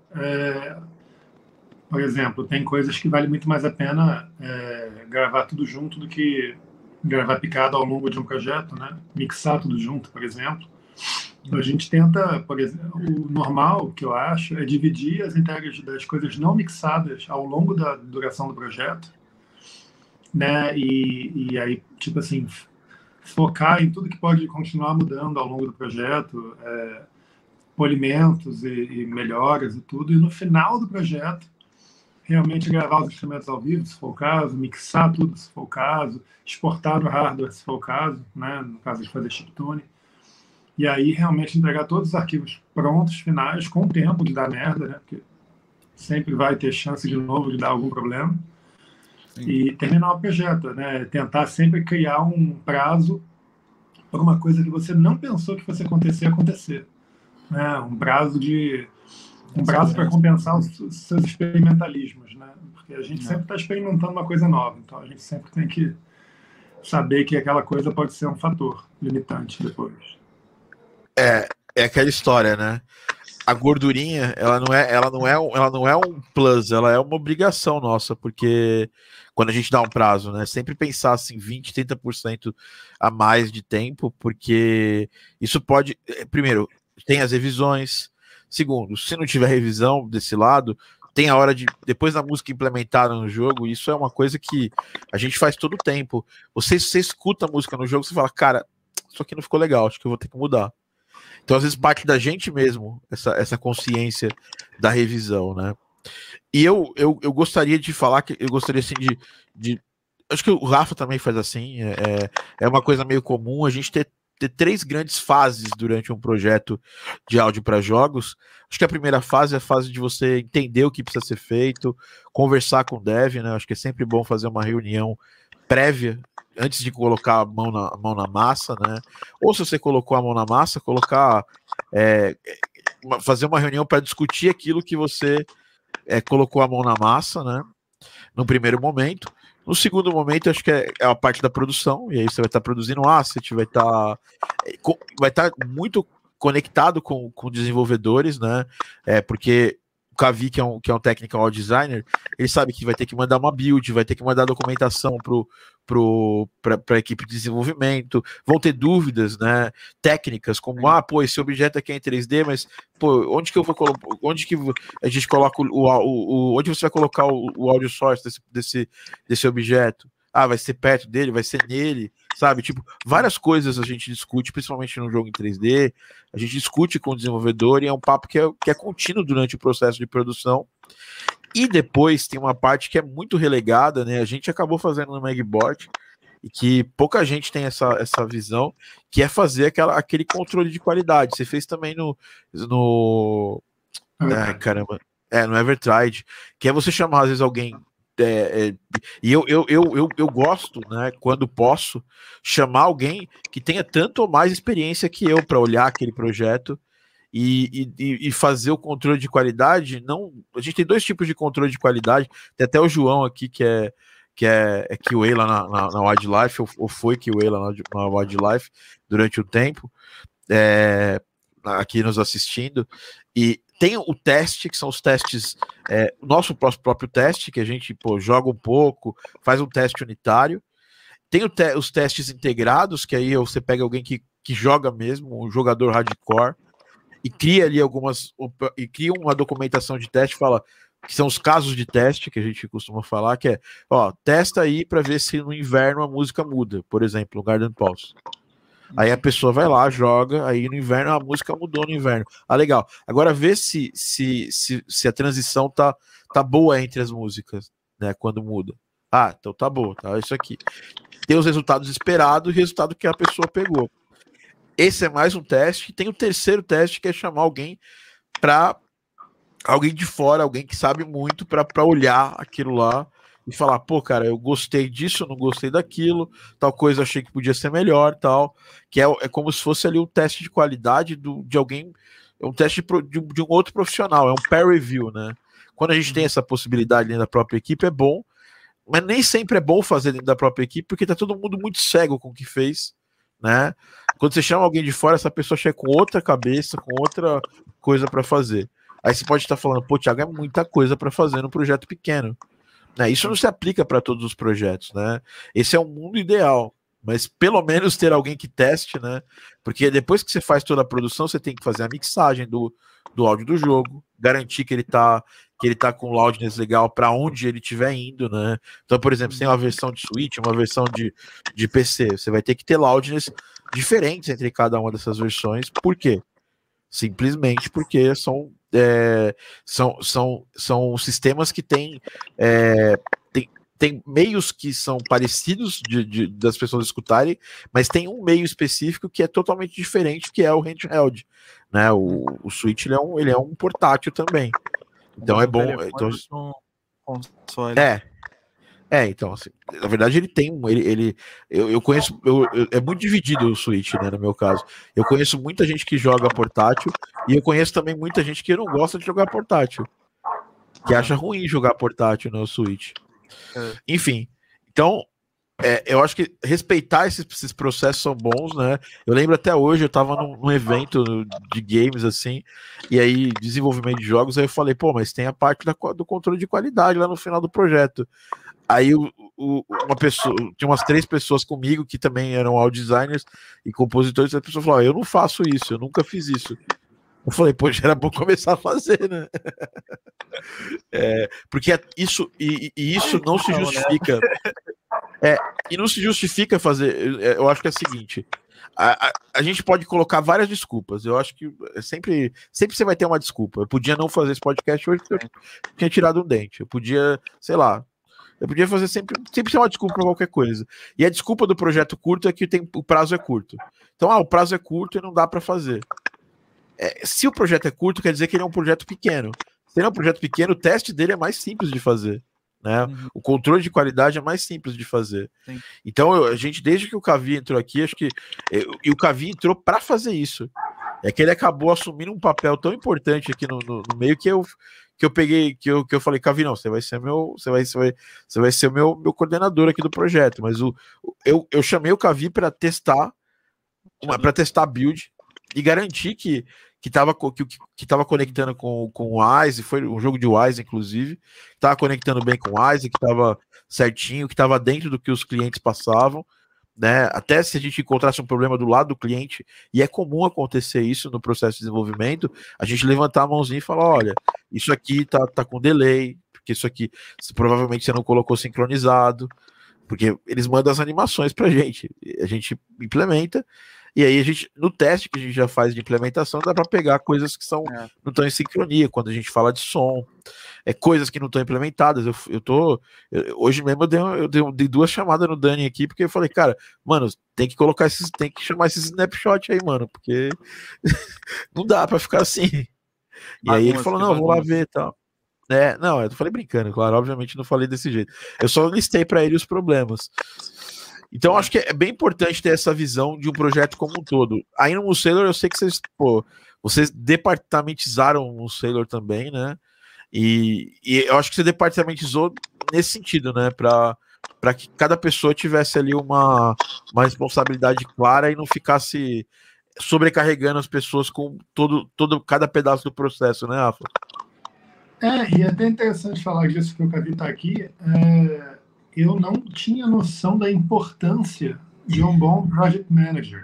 Por exemplo, tem coisas que vale muito mais a pena gravar tudo junto do que gravar picado ao longo de um projeto, né? Mixar tudo junto, por exemplo. A gente tenta, por exemplo, o normal que eu acho é dividir as entregas das coisas não mixadas ao longo da duração do projeto, né? E aí, tipo assim, focar em tudo que pode continuar mudando ao longo do projeto, polimentos e melhoras e tudo, e no final do projeto realmente gravar os instrumentos ao vivo, se for o caso, mixar tudo, se for o caso, exportar no hardware, se for o caso, né? No caso de fazer chiptune. E aí realmente entregar todos os arquivos prontos, finais, com tempo de dar merda, né? Porque sempre vai ter chance de novo de dar algum problema. Sim. E terminar o projeto, né? Tentar sempre criar um prazo para uma coisa que você não pensou que fosse acontecer. Né? Um prazo para compensar os seus experimentalismos, né? Porque a gente sempre está experimentando uma coisa nova, então a gente sempre tem que saber que aquela coisa pode ser um fator limitante depois. É aquela história, né? A gordurinha, ela não é um plus, ela é uma obrigação nossa, porque quando a gente dá um prazo, né? Sempre pensar assim, 20, 30% a mais de tempo, porque isso pode. Primeiro, tem as revisões. Segundo, se não tiver revisão desse lado, tem a hora de. Depois da música implementada no jogo, isso é uma coisa que a gente faz todo o tempo. Você escuta a música no jogo, você fala, cara, isso aqui não ficou legal, acho que eu vou ter que mudar. Então, às vezes, parte da gente mesmo, essa consciência da revisão, né? E eu gostaria de falar que eu gostaria assim de acho que o Rafa também faz assim, é uma coisa meio comum a gente ter 3 grandes fases durante um projeto de áudio para jogos. Acho que a primeira fase é a fase de você entender o que precisa ser feito, conversar com o dev, né? Acho que é sempre bom fazer uma reunião prévia antes de colocar a mão na massa, né? Ou se você colocou a mão na massa, fazer uma reunião para discutir aquilo que você colocou a mão na massa, né? No primeiro momento. No segundo momento, acho que é a parte da produção, e aí você vai estar produzindo asset, vai estar muito conectado com desenvolvedores, né? Porque o Kavi, que é um technical designer, ele sabe que vai ter que mandar uma build, vai ter que mandar documentação para a equipe de desenvolvimento, vão ter dúvidas, né, técnicas, como, esse objeto aqui é em 3D, mas, onde que eu vou colocar, onde que a gente coloca onde você vai colocar o audio source desse objeto? Vai ser perto dele, vai ser nele, sabe? Tipo, várias coisas a gente discute, principalmente no jogo em 3D, a gente discute com o desenvolvedor e é um papo que é contínuo durante o processo de produção. E depois tem uma parte que é muito relegada, né? A gente acabou fazendo no Magboard e que pouca gente tem essa visão, que é fazer aquele controle de qualidade. Você fez também no Evertride, que é você chamar às vezes alguém. E eu gosto, né, quando posso, chamar alguém que tenha tanto ou mais experiência que eu para olhar aquele projeto e fazer o controle de qualidade. Não, a gente tem 2 tipos de controle de qualidade. Tem até o João aqui que é QA lá na Wildlife, ou foi QA lá na Wildlife durante o tempo, aqui nos assistindo. E tem o teste, que são os testes, o nosso próprio teste, que a gente joga um pouco, faz um teste unitário. Tem os testes integrados, que aí você pega alguém que joga mesmo, um jogador hardcore, e cria ali cria uma documentação de teste, fala que são os casos de teste que a gente costuma falar, que é, testa aí para ver se no inverno a música muda, por exemplo, o Garden Pulse. Aí a pessoa vai lá, joga, aí no inverno a música mudou no inverno. Legal. Agora vê se a transição tá boa entre as músicas, né, quando muda. Então tá boa, tá isso aqui. Tem os resultados esperados e o resultado que a pessoa pegou. Esse é mais um teste. Tem o terceiro teste, que é chamar alguém para alguém de fora, alguém que sabe muito, para olhar aquilo lá e falar, pô, cara, eu gostei disso, não gostei daquilo, tal coisa achei que podia ser melhor, tal, que é como se fosse ali um teste de qualidade de alguém, é um teste de um outro profissional, é um peer review, né? Quando a gente tem essa possibilidade dentro da própria equipe, é bom, mas nem sempre é bom fazer dentro da própria equipe, porque tá todo mundo muito cego com o que fez, né? Quando você chama alguém de fora, essa pessoa chega com outra cabeça, com outra coisa para fazer. Aí você pode estar falando, pô, Thiago, é muita coisa para fazer num projeto pequeno. Né? Isso não se aplica para todos os projetos, né? Esse é o mundo ideal, mas pelo menos ter alguém que teste, né? Porque depois que você faz toda a produção, você tem que fazer a mixagem do áudio do jogo, garantir que ele tá com loudness legal para onde ele estiver indo, né? Então, por exemplo, você tem uma versão de Switch, uma versão de PC, você vai ter que ter loudness diferentes entre cada uma dessas versões. Por quê? Simplesmente porque são sistemas que têm meios que são parecidos das pessoas escutarem, mas tem um meio específico que é totalmente diferente, que é o handheld, né? O Switch ele é um portátil também, então é bom. Então, então, assim, na verdade ele tem eu conheço, é muito dividido o Switch, né, no meu caso. Eu conheço muita gente que joga portátil e eu conheço também muita gente que não gosta de jogar portátil, que acha ruim jogar portátil no Switch. Enfim, então eu acho que respeitar esses processos são bons, né? Eu lembro até hoje, eu tava num evento de games, assim, e aí, desenvolvimento de jogos, aí eu falei, pô, mas tem a parte do controle de qualidade lá no final do projeto. Aí uma pessoa, tinha umas 3 pessoas comigo que também eram audio designers e compositores, e a pessoa falou, eu não faço isso, eu nunca fiz isso. Eu falei, pô, já era bom começar a fazer, né? Porque isso, e isso não se justifica. E não se justifica fazer. Eu acho que é o seguinte: a gente pode colocar várias desculpas. Eu acho que sempre você vai ter uma desculpa. Eu podia não fazer esse podcast hoje porque eu tinha tirado um dente. Eu podia, sei lá. Eu podia fazer sempre ter uma desculpa para qualquer coisa. E a desculpa do projeto curto é que o prazo é curto. Então, o prazo é curto e não dá para fazer. Se o projeto é curto, quer dizer que ele é um projeto pequeno. Se ele é um projeto pequeno, o teste dele é mais simples de fazer. Né? O controle de qualidade é mais simples de fazer. Sim. Então, a gente, desde que o Cavi entrou aqui, acho que. E o Cavi entrou para fazer isso. É que ele acabou assumindo um papel tão importante aqui no meio que eu peguei, que eu falei, Cavi, não, você vai ser o meu coordenador aqui do projeto. Mas eu chamei o Cavi para testar a build e garantir que estava conectando com o Wise, foi um jogo de Wise, inclusive, estava conectando bem com o Wise, que estava certinho, que estava dentro do que os clientes passavam, né? Até se a gente encontrasse um problema do lado do cliente, e é comum acontecer isso no processo de desenvolvimento, a gente levantar a mãozinha e falar, olha, isso aqui tá com delay, porque isso aqui provavelmente você não colocou sincronizado, porque eles mandam as animações pra gente, a gente implementa, e aí a gente, no teste que a gente já faz de implementação, dá para pegar coisas que não estão em sincronia, quando a gente fala de som, coisas que não estão implementadas. Hoje mesmo eu dei 2 chamadas no Dani aqui, porque eu falei, cara, mano, tem que chamar esses snapshot aí, mano, porque não dá para ficar assim. E aí ele falou, não, vou lá ver e tal. Não, eu falei brincando, claro, obviamente não falei desse jeito. Eu só listei para ele os problemas. Então, acho que é bem importante ter essa visão de um projeto como um todo. Aí no Sailor, eu sei que vocês departamentizaram o Sailor também, né? E eu acho que você departamentizou nesse sentido, né? Para que cada pessoa tivesse ali uma responsabilidade clara e não ficasse sobrecarregando as pessoas com cada pedaço do processo, né, Rafa? E é até interessante falar disso que o Cavi está aqui. Eu não tinha noção da importância de um bom project manager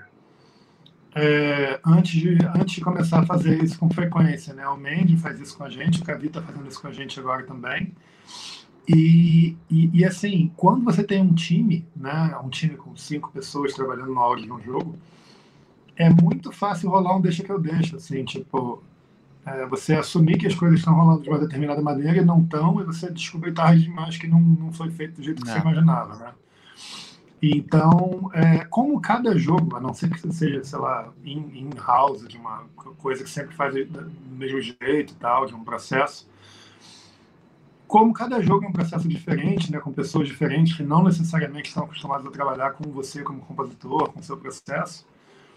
antes de começar a fazer isso com frequência, né? O Mendy faz isso com a gente, o Cavi está fazendo isso com a gente agora também. E assim, quando você tem um time, né? Um time com 5 pessoas trabalhando no áudio de um jogo, é muito fácil rolar um deixa que eu deixo, assim, tipo... você assumir que as coisas estão rolando de uma determinada maneira e não estão, e você descobrir tarde demais que não foi feito do jeito que você imaginava, né? Então, como cada jogo, a não ser que seja, sei lá, in-house, de uma coisa que sempre faz do mesmo jeito e tal, de um processo, como cada jogo é um processo diferente, né, com pessoas diferentes que não necessariamente estão acostumadas a trabalhar com você como compositor, com o seu processo,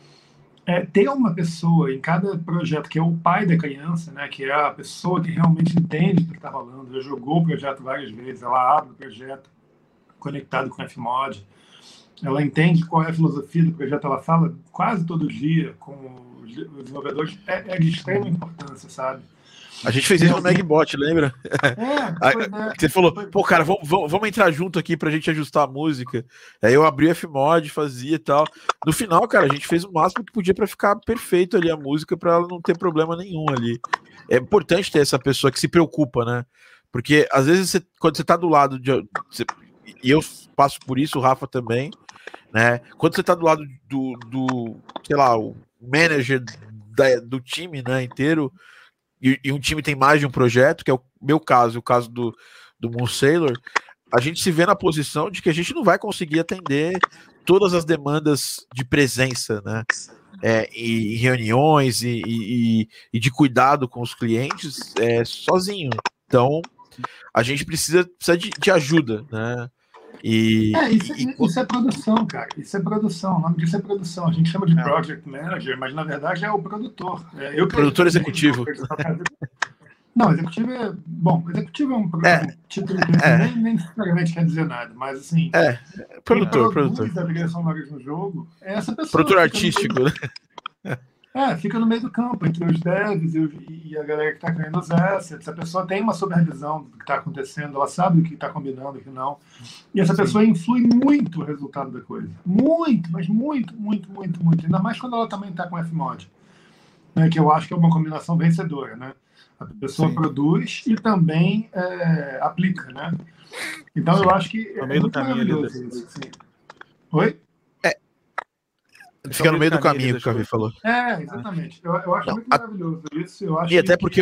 ter uma pessoa em cada projeto que é o pai da criança, né, que é a pessoa que realmente entende o que está rolando, já jogou o projeto várias vezes, ela abre o projeto conectado com o Fmod, ela entende qual é a filosofia do projeto, ela fala quase todo dia com os desenvolvedores, é de extrema importância, sabe? A gente fez isso no Megbot, lembra? Você falou, pô, cara, vamos entrar junto aqui pra gente ajustar a música. Aí eu abri o Fmod, fazia e tal. No final, cara, a gente fez o máximo que podia pra ficar perfeito ali a música, pra ela não ter problema nenhum ali. É importante ter essa pessoa que se preocupa, né? Porque às vezes quando você tá do lado de... E eu passo por isso, o Rafa também, né? Quando você tá do lado do sei lá, o manager do time, né, inteiro, e um time tem mais de um projeto, que é o meu caso, o caso do Moon Sailor, a gente se vê na posição de que a gente não vai conseguir atender todas as demandas de presença, né? Em reuniões e de cuidado com os clientes sozinho. Então, a gente precisa de ajuda, né? Isso é produção, cara. Isso é produção. O nome disso é produção. A gente chama de project manager, mas na verdade é o produtor. Produtor executivo. Não, executivo é. Bom, executivo é um título que nem necessariamente quer dizer nada, mas assim. Produtor. A trilha sonora no jogo é essa pessoa. Produtor artístico, né? Fica no meio do campo, entre os devs e a galera que está criando os assets. A pessoa tem uma supervisão do que está acontecendo, ela sabe o que está combinando e o que não. E essa pessoa influi muito o resultado da coisa. Muito, mas muito. Ainda mais quando ela também está com Fmod, né, que eu acho que é uma combinação vencedora, né? A pessoa produz e também aplica, né? Então eu acho que é muito maravilhoso isso. Assim. Oi? Fica no meio do caminho que o Cavi falou. Exatamente. Eu acho muito maravilhoso isso. Eu acho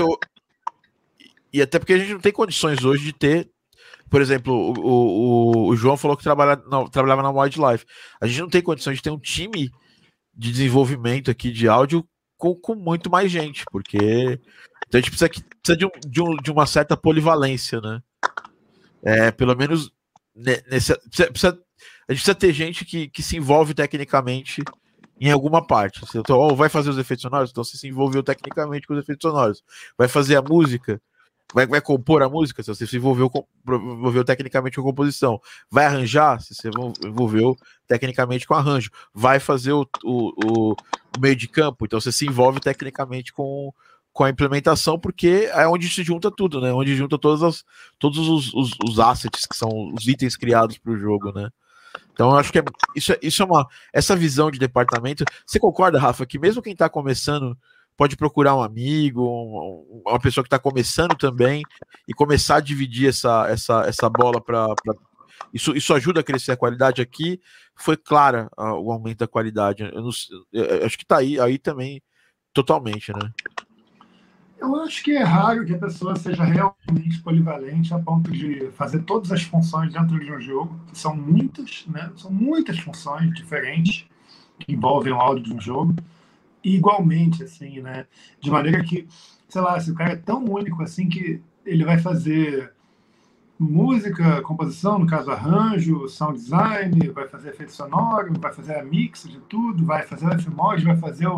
e até porque a gente não tem condições hoje de ter, por exemplo, o João falou que trabalhava na Wildlife. A gente não tem condições de ter um time de desenvolvimento aqui de áudio com muito mais gente, porque então a gente precisa de uma certa polivalência, né? Pelo menos a gente precisa ter gente que se envolve tecnicamente em alguma parte. Então, vai fazer os efeitos sonoros, então você se envolveu tecnicamente com os efeitos sonoros. Vai fazer a música, vai compor a música, se você se envolveu tecnicamente com a composição. Vai arranjar, se você se envolveu tecnicamente com o arranjo. Vai fazer o meio de campo, então você se envolve tecnicamente com a implementação, porque é onde se junta tudo, né? Onde junta todos os assets, que são os itens criados para o jogo, né? Então eu acho que essa visão de departamento. Você concorda, Rafa, que mesmo quem está começando pode procurar um amigo, uma pessoa que está começando também, e começar a dividir essa bola para isso ajuda a crescer a qualidade? Aqui foi clara o aumento da qualidade. Eu acho que está aí também totalmente, né? Eu acho que é raro que a pessoa seja realmente polivalente a ponto de fazer todas as funções dentro de um jogo, que são muitas, né? São muitas funções diferentes que envolvem o áudio de um jogo, e igualmente, assim, né? De maneira que, sei lá, se o cara é tão único assim que ele vai fazer música, composição, no caso arranjo, sound design, vai fazer efeito sonoro, vai fazer a mix de tudo, vai fazer o Fmod, vai fazer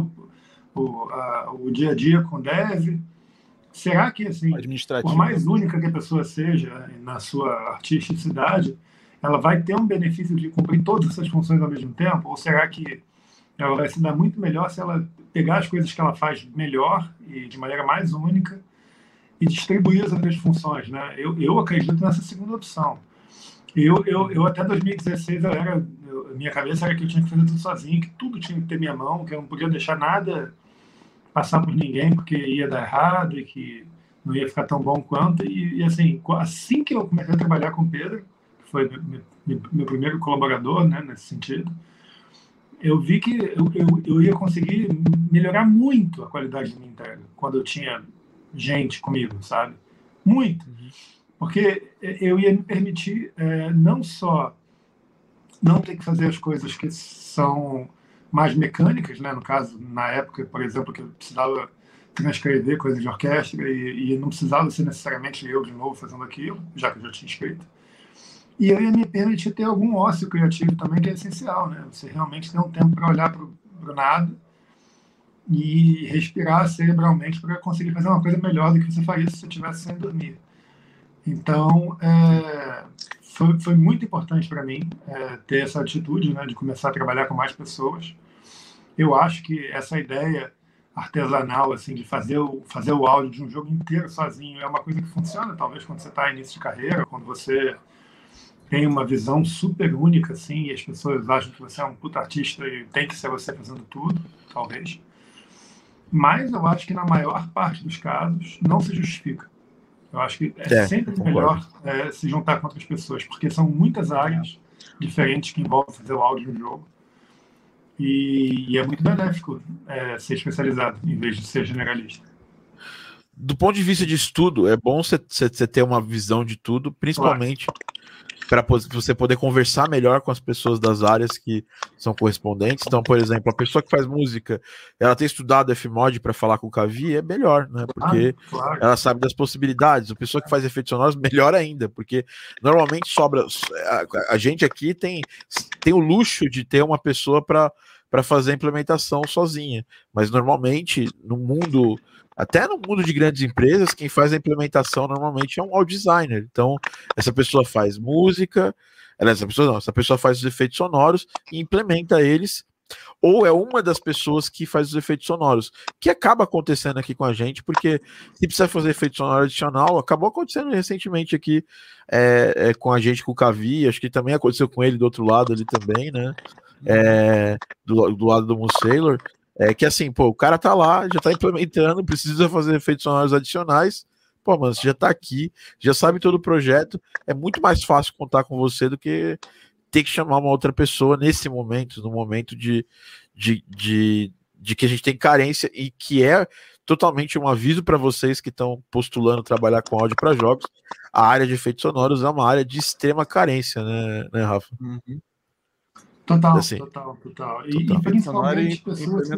o dia a dia com dev. Será que, assim, por mais única que a pessoa seja na sua artisticidade, ela vai ter um benefício de cumprir todas essas funções ao mesmo tempo? Ou será que ela vai se dar muito melhor se ela pegar as coisas que ela faz melhor e de maneira mais única e distribuir as outras funções, né? Eu acredito nessa segunda opção. Eu até 2016, minha cabeça era que eu tinha que fazer tudo sozinho, que tudo tinha que ter minha mão, que eu não podia deixar nada passar por ninguém, porque ia dar errado e que não ia ficar tão bom quanto. E assim que eu comecei a trabalhar com o Pedro, que foi meu primeiro colaborador, né, nesse sentido, eu vi que eu ia conseguir melhorar muito a qualidade da minha entrega quando eu tinha gente comigo, sabe? Muito. Porque eu ia me permitir não só não ter que fazer as coisas que são mais mecânicas, né? No caso, na época, por exemplo, que eu precisava transcrever coisas de orquestra e não precisava ser necessariamente eu de novo fazendo aquilo, já que eu já tinha escrito. E eu ia me permitir ter algum ócio criativo também, que é essencial, né? Você realmente ter um tempo para olhar para o nada e respirar cerebralmente para conseguir fazer uma coisa melhor do que você faria se você estivesse sem dormir. Então, foi muito importante para mim ter essa atitude, né, de começar a trabalhar com mais pessoas. Eu acho que essa ideia artesanal, assim, de fazer o áudio de um jogo inteiro sozinho é uma coisa que funciona, talvez, quando você está em início de carreira, quando você tem uma visão super única, assim, e as pessoas acham que você é um puta artista e tem que ser você fazendo tudo, talvez. Mas eu acho que na maior parte dos casos não se justifica. Eu acho que é sempre melhor se juntar com outras pessoas, porque são muitas áreas diferentes que envolvem fazer o áudio de um jogo. E é muito benéfico ser especializado, em vez de ser generalista. Do ponto de vista de estudo, é bom você ter uma visão de tudo, principalmente para você poder conversar melhor com as pessoas das áreas que são correspondentes. Então, por exemplo, a pessoa que faz música, ela tem estudado Fmod para falar com o Cavi, é melhor, né? Porque ela sabe das possibilidades. A pessoa que faz efeitos sonoros, melhor ainda, porque normalmente sobra. A gente aqui tem o luxo de ter uma pessoa para fazer a implementação sozinha, mas normalmente no mundo, até no mundo de grandes empresas, quem faz a implementação normalmente é um audio designer. Então, essa pessoa faz música, essa pessoa faz os efeitos sonoros e implementa eles, ou é uma das pessoas que faz os efeitos sonoros, que acaba acontecendo aqui com a gente, porque se precisa fazer efeito sonoro adicional, acabou acontecendo recentemente aqui com a gente, com o Cavi, acho que também aconteceu com ele do outro lado ali também, né? Do lado do Moon Sailor. Que assim, pô, o cara tá lá, já tá implementando, precisa fazer efeitos sonoros adicionais. Pô, mano, você já tá aqui, já sabe todo o projeto. É muito mais fácil contar com você do que ter que chamar uma outra pessoa nesse momento, no momento de que a gente tem carência e que é totalmente um aviso para vocês que estão postulando trabalhar com áudio para jogos. A área de efeitos sonoros é uma área de extrema carência, né Rafa? Uhum. Total, assim, total. E principalmente pessoas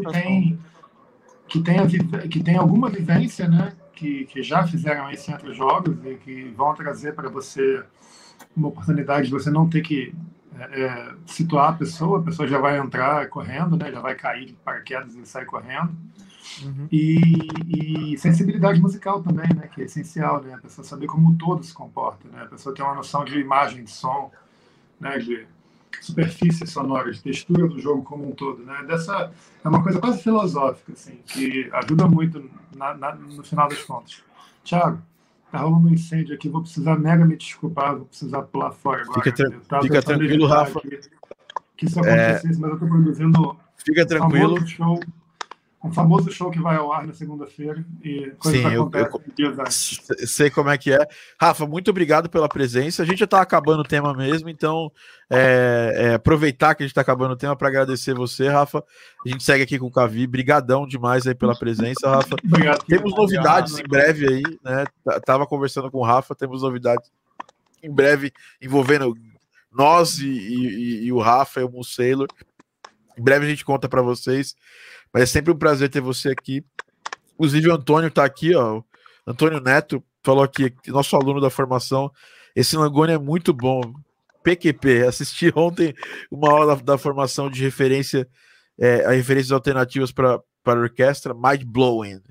que têm alguma vivência, né? Que já fizeram isso em outros jogos e que vão trazer para você uma oportunidade de você não ter que situar a pessoa já vai entrar correndo, né? Já vai cair de paraquedas e sair correndo. Uhum. E sensibilidade musical também, né? Que é essencial, né? A pessoa saber como o todo se comporta, né? A pessoa ter uma noção de imagem, de som, né? De superfície sonora, de textura do jogo como um todo, né? É uma coisa quase filosófica, assim, que ajuda muito no final das contas. Thiago, tá rolando um incêndio aqui, vou precisar mega me desculpar, vou precisar pular fora agora. Fica tranquilo, Rafa. Que isso acontecesse, mas eu tô produzindo fica tranquilo. Um famoso show que vai ao ar na segunda-feira e coisas acontecem dias antes. Sei como é que é. Rafa, muito obrigado pela presença. A gente já está acabando o tema mesmo, então aproveitar que a gente está acabando o tema para agradecer você, Rafa. A gente segue aqui com o Cavi. Brigadão demais aí pela presença, Rafa. Obrigado. Temos novidades em breve aí, né? Tava conversando com o Rafa, temos novidades em breve envolvendo nós e o Rafa e o Moon Sailor. Em breve a gente conta para vocês. Mas é sempre um prazer ter você aqui. Inclusive o Antônio está aqui, ó. Antônio Neto falou aqui, nosso aluno da formação. Esse Langoni é muito bom. PQP, assisti ontem uma aula da formação de referência, a referências alternativas para orquestra, mind blowing.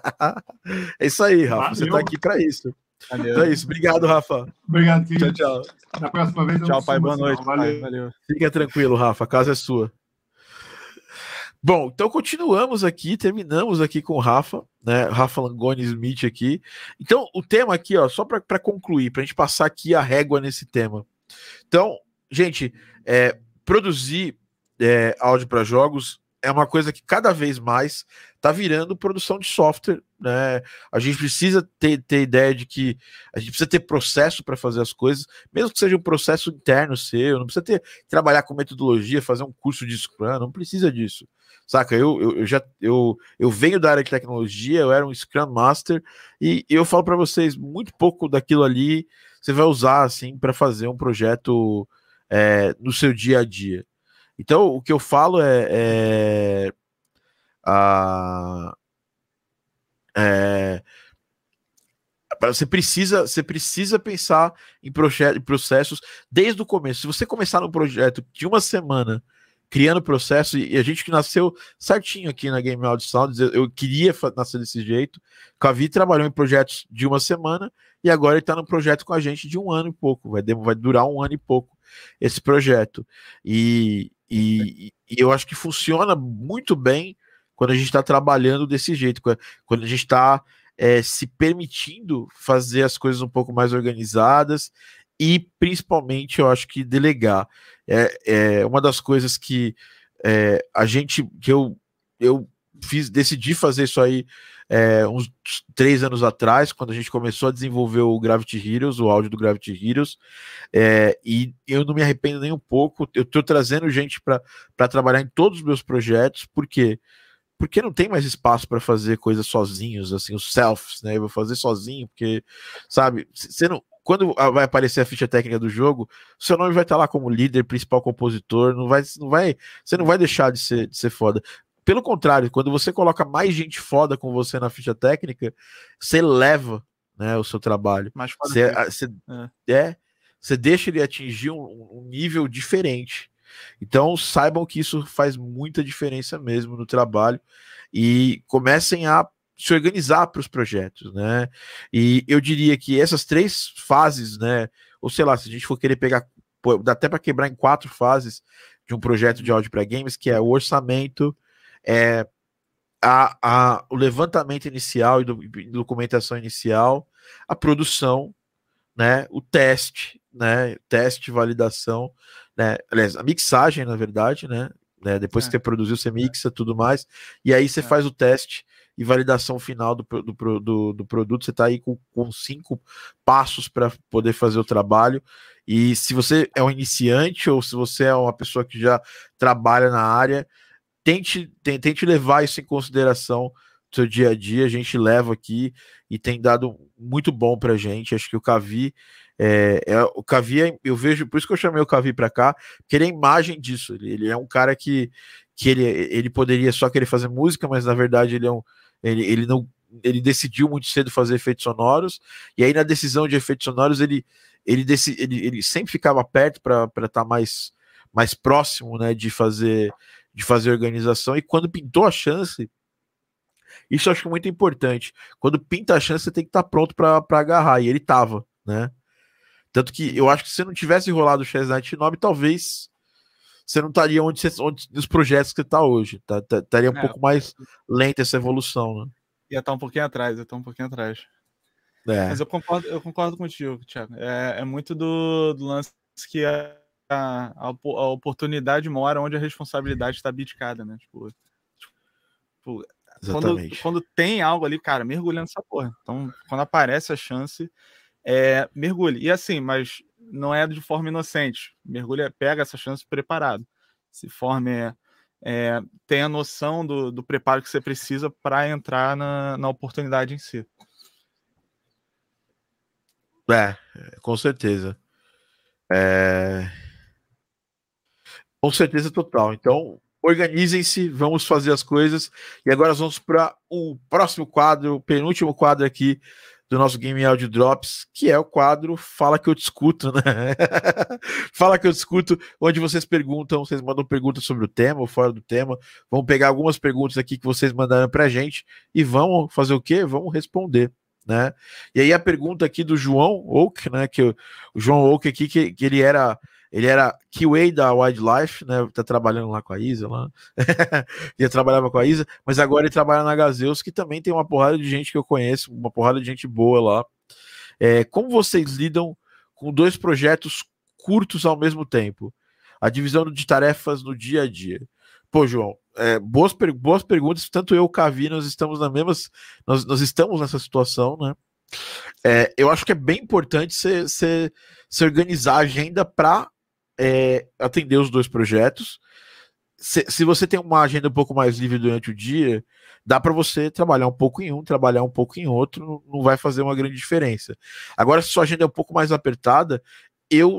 É isso aí, Rafa. Valeu. Você está aqui para isso. Valeu. Então é isso. Obrigado, Rafa. Obrigado, querido. Tchau. Na próxima vez. Tchau, pai. Boa noite. Valeu. Fica tranquilo, Rafa. A casa é sua. Bom, então continuamos aqui, terminamos aqui com o Rafa, né? Rafa Langoni Smith aqui. Então, o tema aqui, ó, só para concluir, para a gente passar aqui a régua nesse tema. Então, gente, produzir áudio para jogos é uma coisa que cada vez mais está virando produção de software, né? A gente precisa ter ideia de que a gente precisa ter processo para fazer as coisas, mesmo que seja um processo interno seu, não precisa trabalhar com metodologia, fazer um curso de Scrum, não precisa disso. Saca, eu venho da área de tecnologia, eu era um Scrum Master, e eu falo para vocês, muito pouco daquilo ali você vai usar assim para fazer um projeto no seu dia a dia. Então, o que eu falo você precisa pensar em processos desde o começo. Se você começar num projeto de uma semana criando processo, e a gente que nasceu certinho aqui na Game Audio Sounds, eu queria nascer desse jeito. O Cavi trabalhou em projetos de uma semana e agora ele está num projeto com a gente de 1 ano e pouco. Vai durar 1 ano e pouco esse projeto. E eu acho que funciona muito bem quando a gente está trabalhando desse jeito, quando a gente está se permitindo fazer as coisas um pouco mais organizadas e principalmente eu acho que delegar é uma das coisas que eu decidi fazer isso aí uns 3 anos atrás, quando a gente começou a desenvolver o Gravity Heroes, o áudio do Gravity Heroes, e eu não me arrependo nem um pouco. Eu estou trazendo gente para trabalhar em todos os meus projetos, porque não tem mais espaço para fazer coisas sozinhos, assim, os selfies, né? Eu vou fazer sozinho, porque, sabe, você não. Quando vai aparecer a ficha técnica do jogo, seu nome vai estar lá como líder, principal compositor, você não vai deixar de ser foda. Pelo contrário, quando você coloca mais gente foda com você na ficha técnica, você leva, né, o seu trabalho. Mais foda você deixa ele atingir um nível diferente. Então saibam que isso faz muita diferença mesmo no trabalho e comecem a se organizar para os projetos, né? E eu diria que essas 3 fases, né? Ou sei lá, se a gente for querer pegar, dá até para quebrar em 4 fases de um projeto de áudio para games, que é o orçamento, o levantamento inicial e documentação inicial, a produção, né? O teste, né? Teste, validação, né? Aliás, a mixagem, na verdade, né? Depois que você produziu, você mixa tudo mais, e aí você faz o teste e validação final do produto. Você está aí com 5 passos para poder fazer o trabalho. E se você é um iniciante ou se você é uma pessoa que já trabalha na área, tente levar isso em consideração no seu dia a dia. A gente leva aqui e tem dado muito bom para a gente. Acho que o Cavi eu vejo, por isso que eu chamei o Cavi para cá, porque ele é a imagem disso. Ele é um cara que ele poderia só querer fazer música, mas na verdade ele decidiu muito cedo fazer efeitos sonoros, e aí na decisão de efeitos sonoros ele sempre ficava perto para estar mais próximo, né, de fazer organização, e quando pintou a chance, isso eu acho muito importante, quando pinta a chance você tem que estar pronto para agarrar, e ele estava, né? Tanto que eu acho que se não tivesse rolado o Chestnut Nob, talvez você não estaria onde nos projetos que você está hoje. Estaria um pouco mais lenta essa evolução, né? Ia estar um pouquinho atrás. Mas eu concordo contigo, Thiago. É muito do lance que a oportunidade mora onde a responsabilidade está abdicada, né? Quando tem algo ali, cara, mergulha nessa porra. Então, quando aparece a chance, mergulhe. E assim, mas não é de forma inocente. Mergulha, pega essa chance preparado. Se forme, tem a noção do preparo que você precisa para entrar na oportunidade em si. Com certeza. Com certeza total. Então, organizem-se, vamos fazer as coisas. E agora nós vamos para o próximo quadro, o penúltimo quadro aqui do nosso Game Audio Drops, que é o quadro Fala Que Eu Te Escuto, né? Fala Que Eu Te Escuto, onde vocês mandam perguntas sobre o tema ou fora do tema. Vamos pegar algumas perguntas aqui que vocês mandaram pra gente e vamos fazer o quê? Vamos responder, né? E aí a pergunta aqui do João Oak, né? Que o João Oak aqui, que ele era QA da Wildlife, né? Tá trabalhando lá com a Isa, lá. Ele trabalhava com a Isa, mas agora ele trabalha na Gazeus, que também tem uma porrada de gente que eu conheço, uma porrada de gente boa lá. Como vocês lidam com 2 projetos curtos ao mesmo tempo? A divisão de tarefas no dia a dia. Pô, João, boas perguntas. Tanto eu e o Cavi, nós estamos nós estamos nessa situação, né? Eu acho que é bem importante você organizar a agenda para atender os 2 projetos. Se você tem uma agenda um pouco mais livre durante o dia, dá para você trabalhar um pouco em um, trabalhar um pouco em outro, não vai fazer uma grande diferença. Agora, se sua agenda é um pouco mais apertada, eu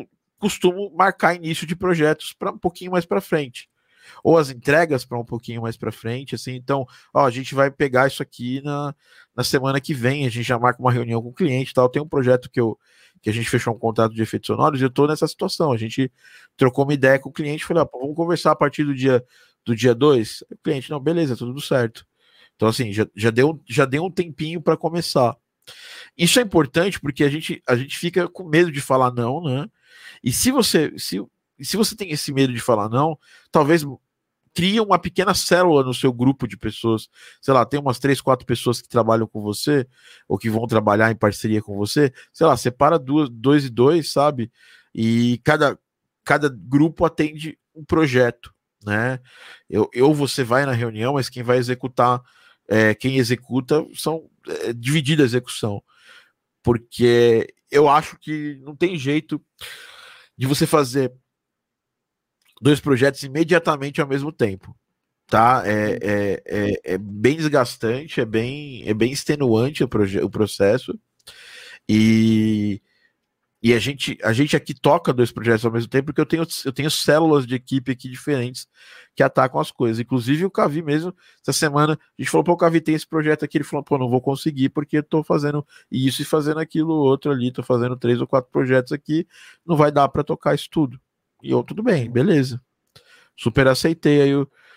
costumo marcar início de projetos para um pouquinho mais para frente, ou as entregas para um pouquinho mais para frente, assim. Então, ó, a gente vai pegar isso aqui na semana que vem, a gente já marca uma reunião com o cliente e tal. Tem um projeto que a gente fechou um contrato de efeitos sonoros e eu tô nessa situação. A gente trocou uma ideia com o cliente, falei, ó, vamos conversar a partir do dia 2. O cliente, não, beleza, tudo certo. Então, assim, já deu um tempinho para começar. Isso é importante porque a gente fica com medo de falar não, né? E se você tem esse medo de falar não, talvez crie uma pequena célula no seu grupo de pessoas. Sei lá, tem umas 3, 4 pessoas que trabalham com você, ou que vão trabalhar em parceria com você. Sei lá, separa 2 e 2, sabe? E cada grupo atende um projeto, né? Você vai na reunião, mas quem vai executar, quem executa são dividida a execução. Porque eu acho que não tem jeito de você fazer 2 projetos imediatamente ao mesmo tempo, tá? É bem desgastante, é bem extenuante o processo, e a gente aqui toca 2 projetos ao mesmo tempo, porque eu tenho células de equipe aqui diferentes que atacam as coisas. Inclusive o Cavi mesmo, essa semana, a gente falou, pô, o Cavi tem esse projeto aqui, ele falou, pô, não vou conseguir porque eu tô fazendo isso e fazendo aquilo outro ali, tô fazendo 3 ou 4 projetos aqui, não vai dar para tocar isso tudo. E eu, tudo bem, beleza. Super aceitei aí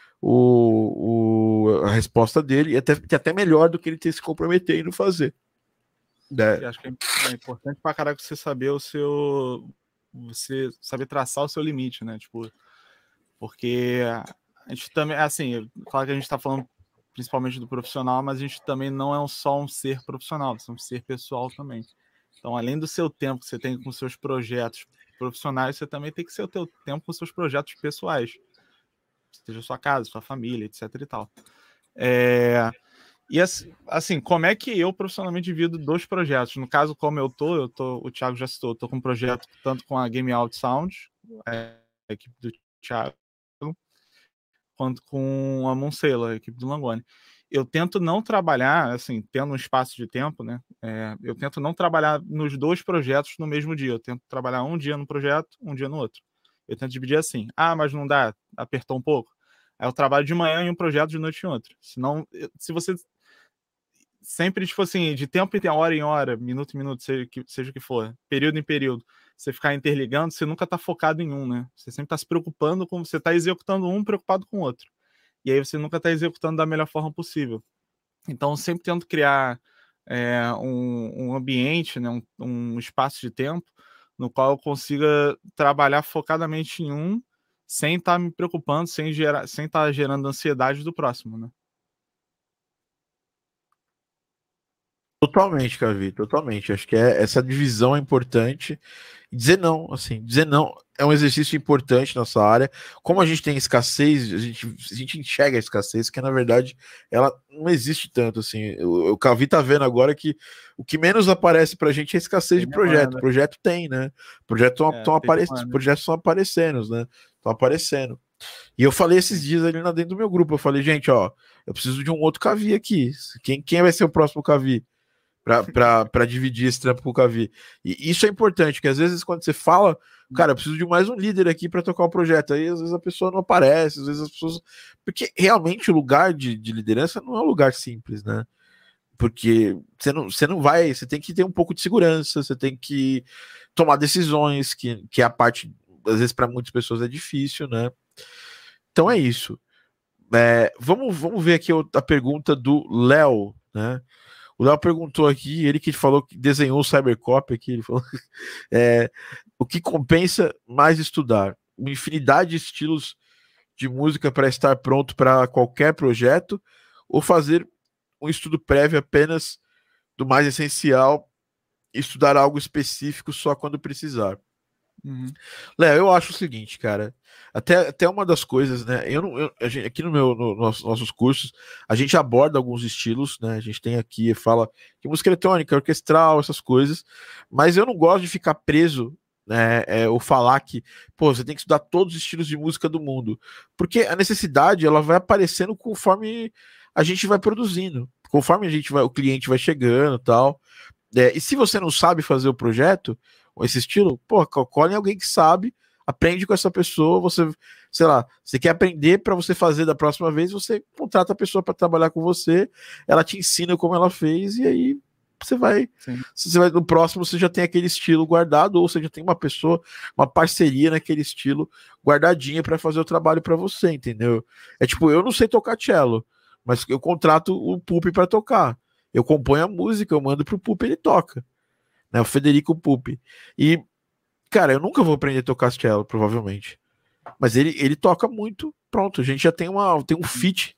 a resposta dele, e até melhor do que ele ter se comprometendo a fazer. Eu acho que é importante pra caralho você saber você saber traçar o seu limite, né? Tipo, porque a gente também, assim, claro que a gente tá falando principalmente do profissional, mas a gente também não é só um ser profissional, você é um ser pessoal também. Então, além do seu tempo que você tem com seus projetos profissionais, você também tem que ser o teu tempo com seus projetos pessoais, seja sua casa, sua família, etc e tal. E assim, como é que eu profissionalmente divido 2 projetos? No caso, como eu tô, o Thiago já citou, eu tô com um projeto tanto com a Game Out Sound, a equipe do Thiago, quanto com a Monsela, a equipe do Langoni. Eu tento não trabalhar, assim, tendo um espaço de tempo, né? Eu tento não trabalhar nos 2 projetos no mesmo dia. Eu tento trabalhar um dia no projeto, um dia no outro. Eu tento dividir assim. Ah, mas não dá, apertou um pouco. Aí eu trabalho de manhã em um projeto, de noite em outro. Senão, se você sempre, tipo assim, de tempo em hora, minuto em minuto, seja o que for, período em período, você ficar interligando, você nunca tá focado em um, né? Você sempre tá se preocupando com, você tá executando um, preocupado com o outro. E aí você nunca tá executando da melhor forma possível. Então, eu sempre tento criar um ambiente, né, um espaço de tempo no qual eu consiga trabalhar focadamente em um, sem estar me preocupando, sem estar gerando ansiedade do próximo, né? Totalmente, Cavi, totalmente. Acho que essa divisão é importante. E dizer não é um exercício importante na nossa área. Como a gente tem escassez, a gente enxerga a escassez, que na verdade ela não existe tanto assim. O Cavi tá vendo agora que o que menos aparece pra gente é a escassez de projeto. O projeto tem, né? Projetos estão aparecendo, né? Estão aparecendo. E eu falei esses dias ali dentro do meu grupo, eu falei, gente, ó, eu preciso de um outro Cavi aqui. Quem vai ser o próximo Cavi? Para dividir esse trampo com o Cavi. E isso é importante, porque às vezes quando você fala, cara, eu preciso de mais um líder aqui para tocar o projeto, aí às vezes a pessoa não aparece, às vezes as pessoas. Porque realmente o lugar de liderança não é um lugar simples, né? Porque você não vai, você tem que ter um pouco de segurança, você tem que tomar decisões, que é a parte, às vezes, para muitas pessoas é difícil, né? Então é isso. Vamos ver aqui a pergunta do Léo, né? O Léo perguntou aqui, ele que falou que desenhou o Cybercop aqui, ele falou o que compensa mais estudar? Uma infinidade de estilos de música para estar pronto para qualquer projeto, ou fazer um estudo prévio apenas do mais essencial e estudar algo específico só quando precisar? Léo, eu acho o seguinte, cara, até uma das coisas, né, aqui nossos cursos, a gente aborda alguns estilos, né, a gente tem aqui, fala de música eletrônica, orquestral, essas coisas, mas eu não gosto de ficar preso, né, ou falar que, pô, você tem que estudar todos os estilos de música do mundo, porque a necessidade, ela vai aparecendo conforme a gente vai produzindo, conforme o cliente vai chegando e tal, e se você não sabe fazer o projeto, esse estilo, pô, colhe alguém que sabe, aprende com essa pessoa, você, sei lá, você quer aprender para você fazer da próxima vez, você contrata a pessoa para trabalhar com você, ela te ensina como ela fez, e aí você vai, no próximo você já tem aquele estilo guardado, ou você já tem uma pessoa, uma parceria naquele estilo guardadinha para fazer o trabalho para você, entendeu? É tipo, eu não sei tocar cello, mas eu contrato o Pupi para tocar. Eu componho a música, eu mando pro Pupi, ele toca, né? O Federico Pupi. E, cara, eu nunca vou aprender a tocar cello, provavelmente. Mas ele toca muito, pronto, a gente já tem um fit,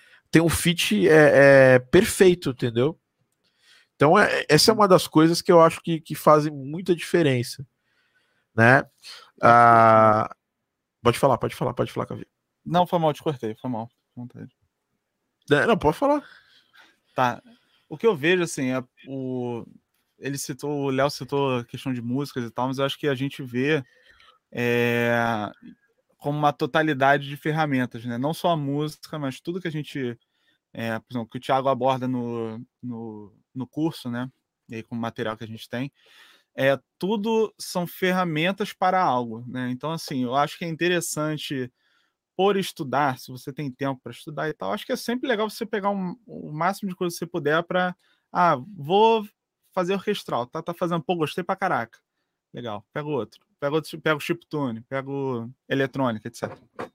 perfeito, entendeu? Então, essa é uma das coisas que eu acho que fazem muita diferença, né? Pode falar, Cavi. Não, foi mal, te cortei, foi mal. Não, pode falar. Tá. O que eu vejo, assim, o Léo citou a questão de músicas e tal, mas eu acho que a gente vê como uma totalidade de ferramentas, né? Não só a música, mas tudo que a gente, por exemplo, que o Thiago aborda no curso, né? E aí com o material que a gente tem, tudo são ferramentas para algo, né? Então, assim, eu acho que é interessante por estudar, se você tem tempo para estudar e tal, acho que é sempre legal você pegar o máximo de coisa que você puder para, vou fazer orquestral, tá fazendo, pô, gostei pra caraca, legal, pega o chiptune, pego eletrônica, etc.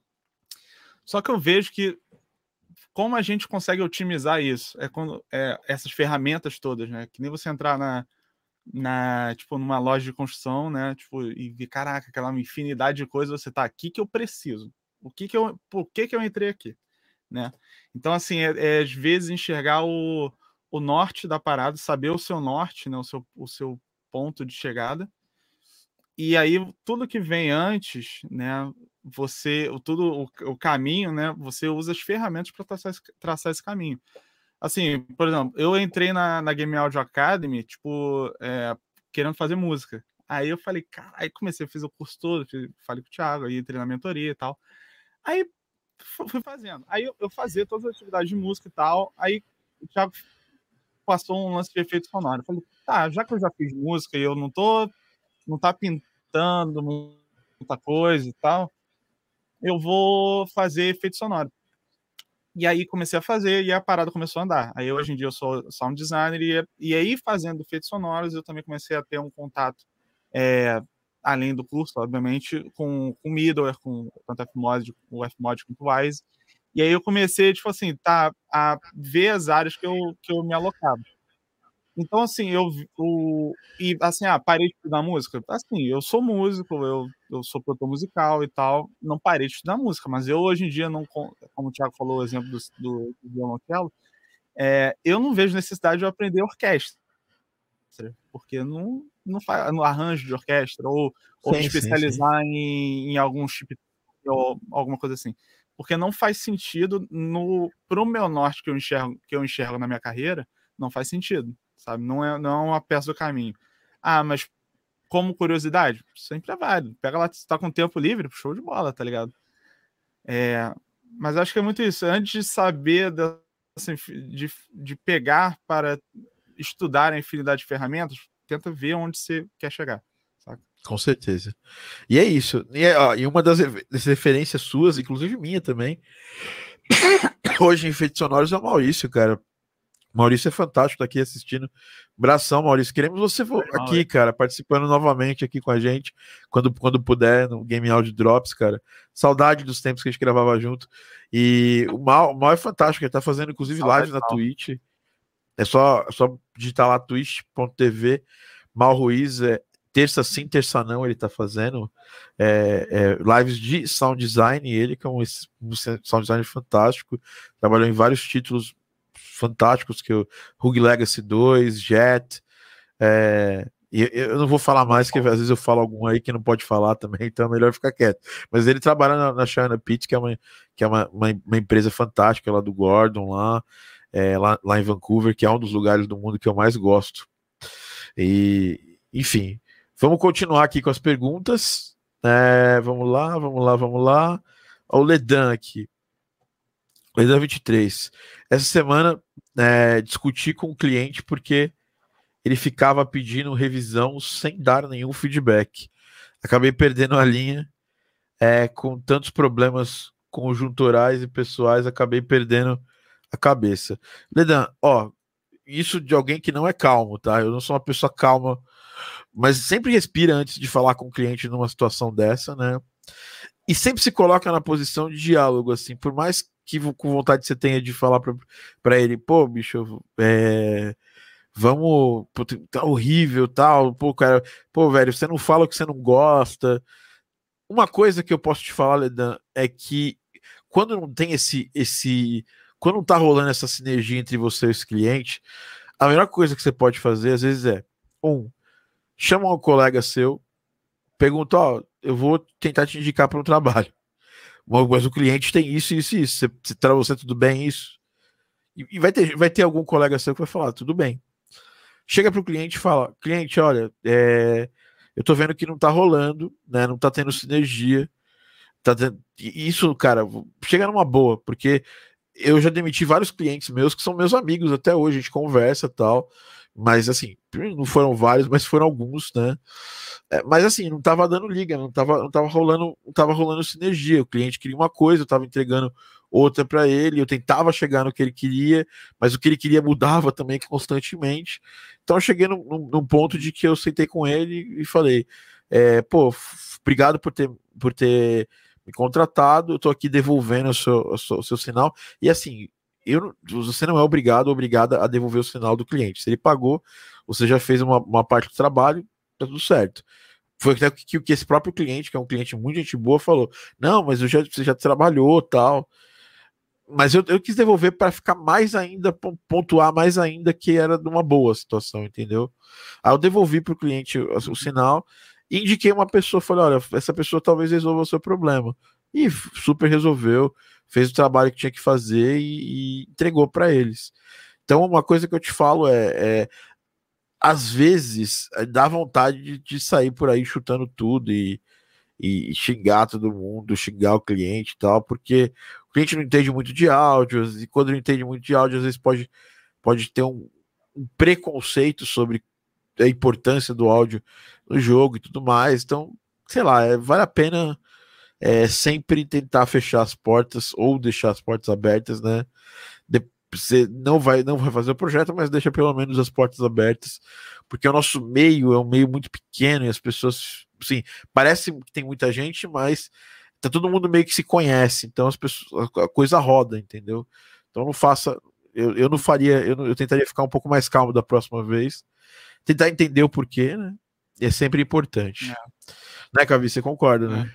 Só que eu vejo que como a gente consegue otimizar isso, quando essas ferramentas todas, né, que nem você entrar tipo, numa loja de construção, né, tipo, e ver, caraca, aquela infinidade de coisas, você tá aqui que eu preciso. Por que eu entrei aqui, né? Então, assim, às vezes enxergar o norte da parada, saber o seu norte, né, o seu ponto de chegada, e aí tudo que vem antes, né, o caminho, né, você usa as ferramentas para traçar esse caminho. Assim, por exemplo, eu entrei na Game Audio Academy, tipo, querendo fazer música. Aí eu falei, cara, aí comecei, fiz o curso todo, falei com o Thiago, aí entrei na mentoria e tal. Aí fui fazendo. Aí eu fazia todas as atividades de música e tal. Aí o Thiago passou um lance de efeito sonoro. Eu falei, tá, já que eu já fiz música e eu não tá pintando muita coisa e tal, eu vou fazer efeito sonoro. E aí comecei a fazer e a parada começou a andar. Aí hoje em dia eu sou sound designer e aí fazendo efeitos sonoros eu também comecei a ter um contato além do curso, obviamente, com middleware, com tanto o Fmod quanto o Wise. E aí eu comecei, tipo assim, a ver as áreas que eu me alocava. Então, assim, parei de estudar música? Assim, eu sou músico, eu sou produtor musical e tal, não parei de estudar música, mas eu hoje em dia, não, como o Thiago falou, o exemplo do violoncelo, eu não vejo necessidade de eu aprender orquestra, porque não faz no arranjo de orquestra, ou me especializar em algum chip ou alguma coisa assim. Porque não faz sentido pro meu norte que eu enxergo na minha carreira, não faz sentido, sabe? Não é uma peça do caminho. Mas como curiosidade, sempre é válido. Pega lá, se tá com tempo livre, show de bola, tá ligado? Mas acho que é muito isso. Antes de saber de pegar para estudar a infinidade de ferramentas, tenta ver onde você quer chegar. Saca? Com certeza. E é isso. E uma das referências suas, inclusive minha também, hoje em efeitos sonoros é o Maurício, cara. Maurício é fantástico, tá aqui assistindo. Abração, Maurício. Queremos você aqui, cara, participando novamente aqui com a gente, quando puder, no Game Audio Drops, cara. Saudade dos tempos que a gente gravava junto. E o Mal é fantástico, ele tá fazendo, inclusive, lives na Twitch. É só digitar lá twitch.tv. Mal Ruiz, terça sim, terça não, ele tá fazendo lives de sound design, ele que é um sound designer fantástico, trabalhou em vários títulos fantásticos, que o Rogue Legacy 2, Jet, e eu não vou falar mais, que às vezes eu falo algum aí que não pode falar também, então é melhor ficar quieto. Mas ele trabalha na China Pit, que é uma empresa fantástica lá do Gordon, lá em Vancouver, que é um dos lugares do mundo que eu mais gosto. E, enfim, vamos continuar aqui com as perguntas. Vamos lá. Olha o Ledan aqui. Ledan 23. Essa semana discuti com o cliente porque ele ficava pedindo revisão sem dar nenhum feedback. Acabei perdendo a linha, com tantos problemas conjunturais e pessoais, acabei perdendo a cabeça. Ledan, ó, isso de alguém que não é calmo, tá? Eu não sou uma pessoa calma, mas sempre respira antes de falar com o cliente numa situação dessa, né? E sempre se coloca na posição de diálogo, assim, por mais que com vontade você tenha de falar pra ele, pô, bicho, vamos, pô, tá horrível, tal, pô, cara, pô, velho, você não fala o que você não gosta. Uma coisa que eu posso te falar, Ledan, é que quando não tem quando não tá rolando essa sinergia entre você e esse cliente, a melhor coisa que você pode fazer, às vezes, chama um colega seu, pergunta, ó, eu vou tentar te indicar para um trabalho, mas o cliente tem isso, isso e isso, para você tudo bem isso? E vai ter algum colega seu que vai falar, tudo bem. Chega pro cliente e fala, cliente, olha, eu tô vendo que não tá rolando, né, não tá tendo sinergia, isso, cara, chega numa boa, porque eu já demiti vários clientes meus que são meus amigos até hoje, a gente conversa e tal, mas assim, não foram vários, mas foram alguns, né? Mas assim, não tava dando liga, não tava rolando sinergia. O cliente queria uma coisa, eu tava entregando outra para ele, eu tentava chegar no que ele queria, mas o que ele queria mudava também constantemente. Então eu cheguei num ponto de que eu sentei com ele e falei: pô, obrigado por ter me contratado, eu tô aqui devolvendo o seu sinal. E assim, você não é obrigada a devolver o sinal do cliente. Se ele pagou, você já fez uma parte do trabalho, tá tudo certo. Foi até que esse próprio cliente, que é um cliente muito gente boa, falou: não, mas você já trabalhou, tal. Mas eu quis devolver para ficar mais ainda, pontuar mais ainda que era de uma boa situação, entendeu? Aí eu devolvi para o cliente o sinal e indiquei uma pessoa, falei: olha, essa pessoa talvez resolva o seu problema. E super resolveu, fez o trabalho que tinha que fazer e entregou para eles. Então, uma coisa que eu te falo às vezes dá vontade de sair por aí chutando tudo e xingar todo mundo, xingar o cliente e tal, porque o cliente não entende muito de áudios, e quando não entende muito de áudio, às vezes pode ter um preconceito sobre a importância do áudio no jogo e tudo mais. Então, sei lá, vale a pena sempre tentar fechar as portas ou deixar as portas abertas, né? Você não vai fazer o projeto, mas deixa pelo menos as portas abertas, porque o nosso meio é um meio muito pequeno e as pessoas, assim, parece que tem muita gente, mas tá todo mundo meio que se conhece, então a coisa roda, entendeu? Então não faça, eu não faria, eu tentaria ficar um pouco mais calmo da próxima vez, tentar entender o porquê, né? É sempre importante. Né, Cavi? Você concorda, né?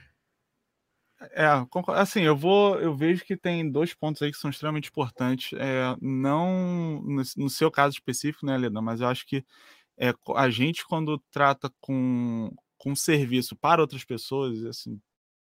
Assim, eu vejo que tem 2 pontos aí que são extremamente importantes. Não no seu caso específico, né, Leda, mas eu acho que a gente, quando trata com serviço para outras pessoas, assim,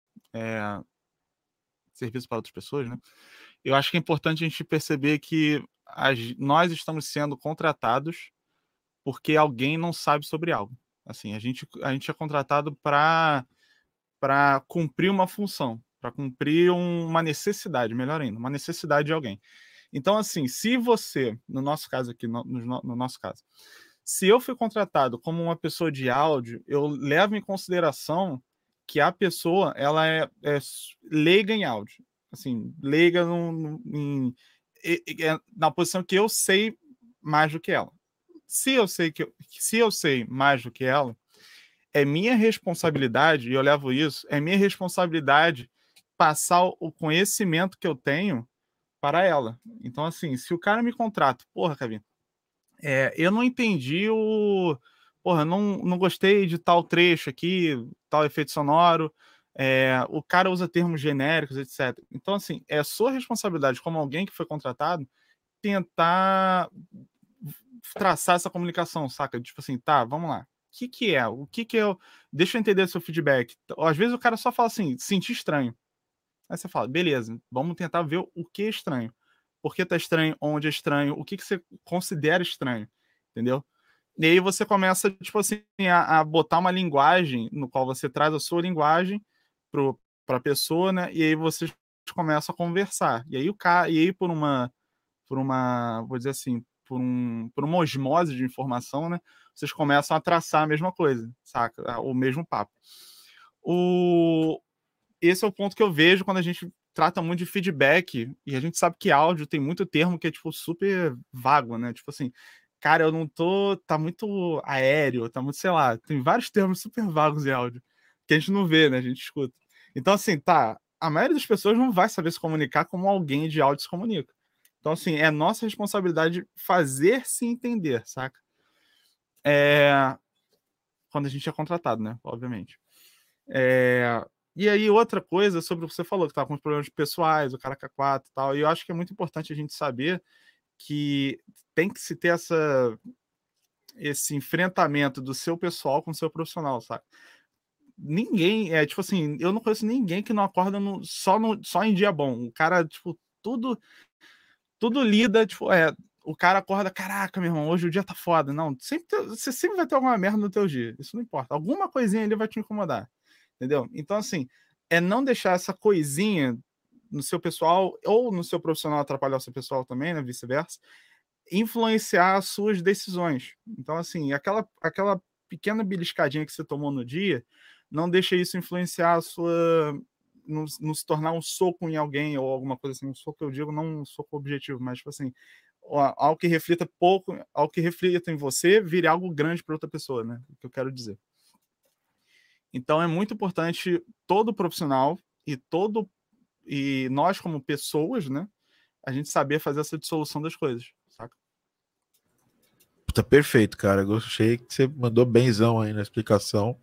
serviço para outras pessoas, né? Eu acho que é importante a gente perceber que nós estamos sendo contratados porque alguém não sabe sobre algo. Assim, a gente é contratado para cumprir uma função, para cumprir uma necessidade, melhor ainda, uma necessidade de alguém. Então, assim, se você, no nosso caso aqui, no nosso caso, se eu fui contratado como uma pessoa de áudio, eu levo em consideração que a pessoa ela é leiga em áudio, assim, leiga na posição que eu sei mais do que ela. Se eu sei mais do que ela, é minha responsabilidade, e eu levo isso, é minha responsabilidade passar o conhecimento que eu tenho para ela. Então, assim, se o cara me contrata, porra, Kevin, eu não entendi porra, não gostei de tal trecho aqui, tal efeito sonoro, o cara usa termos genéricos, etc. Então, assim, é sua responsabilidade como alguém que foi contratado tentar traçar essa comunicação, saca? Tipo assim, tá, vamos lá. Que é? O que é? Deixa eu entender seu feedback. Às vezes o cara só fala assim, senti estranho. Aí você fala, beleza, vamos tentar ver o que é estranho. Por que tá estranho? Onde é estranho? O que você considera estranho? Entendeu? E aí você começa, tipo assim, a botar uma linguagem no qual você traz a sua linguagem para a pessoa, né? E aí vocês começam a conversar. E aí por uma, vou dizer assim, por uma osmose de informação, né? Vocês começam a traçar a mesma coisa, saca? O mesmo papo. Esse é o ponto que eu vejo quando a gente trata muito de feedback, e a gente sabe que áudio tem muito termo que é, tipo, super vago, né? Tipo assim, cara, eu não tô... Tá muito aéreo, tá muito, sei lá, tem vários termos super vagos em áudio, que a gente não vê, né? A gente escuta. Então, assim, tá, a maioria das pessoas não vai saber se comunicar como alguém de áudio se comunica. Então, assim, é nossa responsabilidade fazer se entender, saca? Quando a gente é contratado, né? Obviamente. E aí, outra coisa sobre o que você falou, que tá com os problemas pessoais, o cara K4 e tal, e eu acho que é muito importante a gente saber que tem que se ter esse enfrentamento do seu pessoal com o seu profissional, sabe? Ninguém, tipo assim, eu não conheço ninguém que não acorda só em dia bom. O cara, tipo, tudo lida, tipo, o cara acorda, caraca, meu irmão, hoje o dia tá foda. Não, você sempre vai ter alguma merda no teu dia, isso não importa. Alguma coisinha ali vai te incomodar. Entendeu? Então, assim, não deixar essa coisinha no seu pessoal ou no seu profissional atrapalhar o seu pessoal também, né? Vice-versa, influenciar as suas decisões. Então, assim, aquela pequena beliscadinha que você tomou no dia, não deixa isso influenciar a sua... Não se tornar um soco em alguém ou alguma coisa assim. Um soco, eu digo, não um soco objetivo, mas, tipo assim, algo que reflita pouco, algo que reflita em você, vire algo grande para outra pessoa, né? O que eu quero dizer. Então é muito importante todo profissional e nós como pessoas, né, a gente saber fazer essa dissolução das coisas, saca? Tá perfeito, cara. Gostei que você mandou benzão aí na explicação.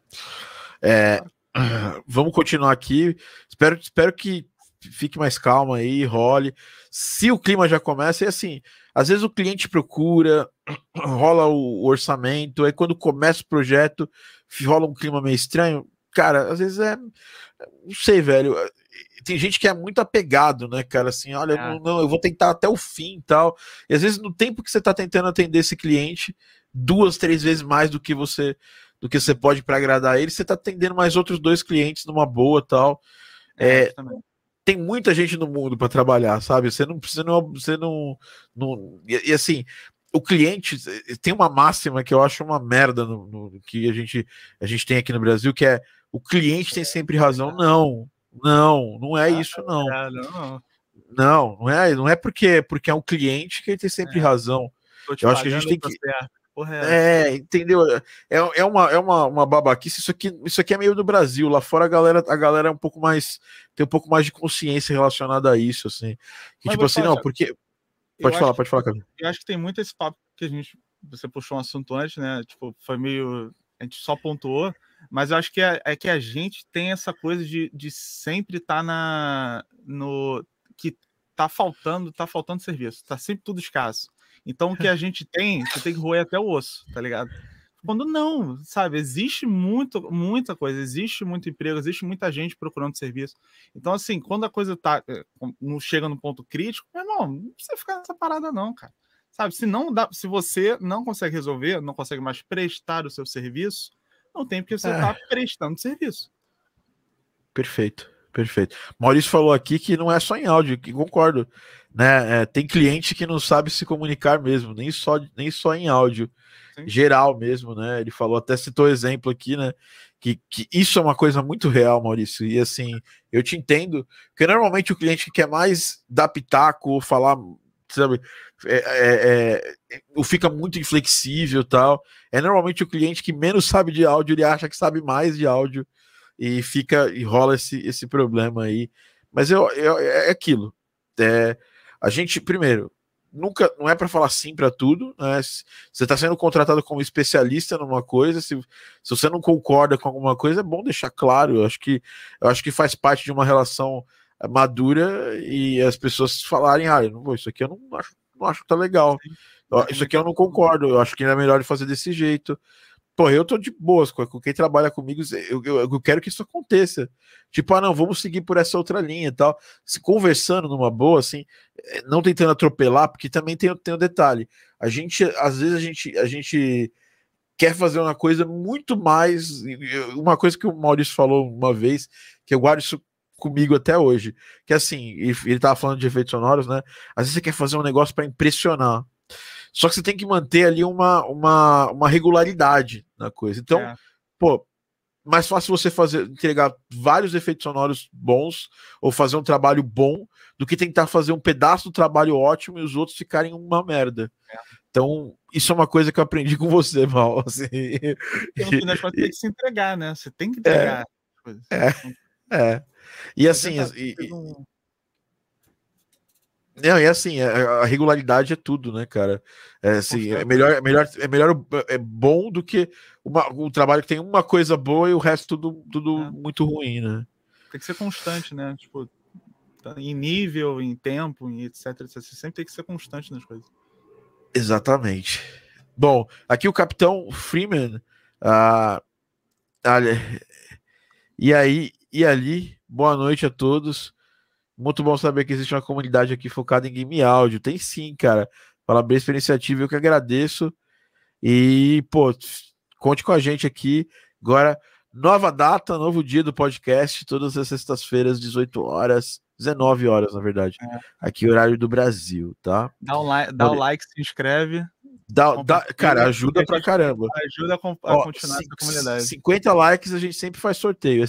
Vamos continuar aqui. Espero que fique mais calma aí, role. Se o clima já começa, é assim, às vezes o cliente procura, rola o orçamento, aí quando começa o projeto, rola um clima meio estranho. Cara, às vezes não sei, velho. Tem gente que é muito apegado, né, cara? Assim, olha, não, eu vou tentar até o fim e tal. E às vezes no tempo que você tá tentando atender esse cliente, 2, 3 vezes mais do que você pode para agradar ele, você tá atendendo mais outros 2 clientes numa boa tal. Tem muita gente no mundo para trabalhar, sabe? Você não e assim, o cliente tem uma máxima que eu acho uma merda no que a gente tem aqui no Brasil, que é o cliente tem sempre razão. Não é isso, não. Não é porque é um cliente que ele tem sempre razão. Eu acho que a gente tem que... entendeu? É uma babaquice. Isso aqui é meio do Brasil. Lá fora a galera é um pouco mais, tem um pouco mais de consciência relacionada a isso, assim. Que, tipo assim, não, porque... Pode falar, Camilo. Eu acho que tem muito esse papo que você puxou um assunto antes, né? Tipo, foi meio... A gente só pontuou, mas eu acho que é que a gente tem essa coisa de sempre estar que tá faltando serviço, tá sempre tudo escasso. Então o que a gente tem, você tem que roer até o osso, tá ligado? Quando não, sabe, existe muita coisa, existe muito emprego, existe muita gente procurando serviço. Então, assim, quando a coisa não chega no ponto crítico, meu irmão, não precisa ficar nessa parada não, cara. Sabe, se você não consegue resolver, não consegue mais prestar o seu serviço, não tem porque você está prestando serviço. Perfeito. Maurício falou aqui que não é só em áudio, que concordo, né? Tem cliente que não sabe se comunicar mesmo, nem só em áudio. Sim. Geral mesmo, né? Ele falou, até citou exemplo aqui, né? Que isso é uma coisa muito real, Maurício. E assim, eu te entendo, porque normalmente o cliente que quer mais dar pitaco ou falar, sabe, fica muito inflexível e tal. É normalmente o cliente que menos sabe de áudio, ele acha que sabe mais de áudio e rola esse problema aí. Mas é aquilo. A gente, primeiro, nunca, não é para falar sim para tudo, né? Você está sendo contratado como especialista numa coisa, se você não concorda com alguma coisa, é bom deixar claro. Eu acho que faz parte de uma relação madura e as pessoas falarem, isso aqui eu não acho que tá legal. Sim. Isso aqui eu não concordo, eu acho que é melhor de fazer desse jeito. Pô, eu tô de boas com quem trabalha comigo, eu quero que isso aconteça. Tipo, não, vamos seguir por essa outra linha e tal. Se conversando numa boa, assim, não tentando atropelar, porque também tem o detalhe. Às vezes a gente quer fazer uma coisa muito mais. Uma coisa que o Maurício falou uma vez, que eu guardo isso comigo até hoje, que assim, ele tava falando de efeitos sonoros, né? Às vezes você quer fazer um negócio para impressionar. Só que você tem que manter ali uma regularidade na coisa. Então, pô, mais fácil você entregar vários efeitos sonoros bons ou fazer um trabalho bom do que tentar fazer um pedaço do trabalho ótimo e os outros ficarem uma merda. Então, isso é uma coisa que eu aprendi com você, Mal. Assim, no fim das contas, tem que se entregar, né? Você tem que entregar. E assim, não, e assim, a regularidade é tudo, né, cara? Assim, é bom do que um trabalho que tem uma coisa boa e o resto tudo muito ruim, né? Tem que ser constante, né? Tipo, em nível, em tempo, em etc. Você sempre tem que ser constante nas coisas. Exatamente. Bom, aqui o Capitão Freeman. E ali, boa noite a todos. Muito bom saber que existe uma comunidade aqui focada em game áudio. Tem sim, cara. Parabéns pela iniciativa, eu que agradeço. E, pô, conte com a gente aqui. Agora, nova data, novo dia do podcast, todas as sextas-feiras, 18 horas, 19 horas, na verdade. Aqui, horário do Brasil, tá? Dá o like, se inscreve. Cara, ajuda pra caramba. Ajuda a continuar essa comunidade. 50 likes a gente sempre faz sorteio.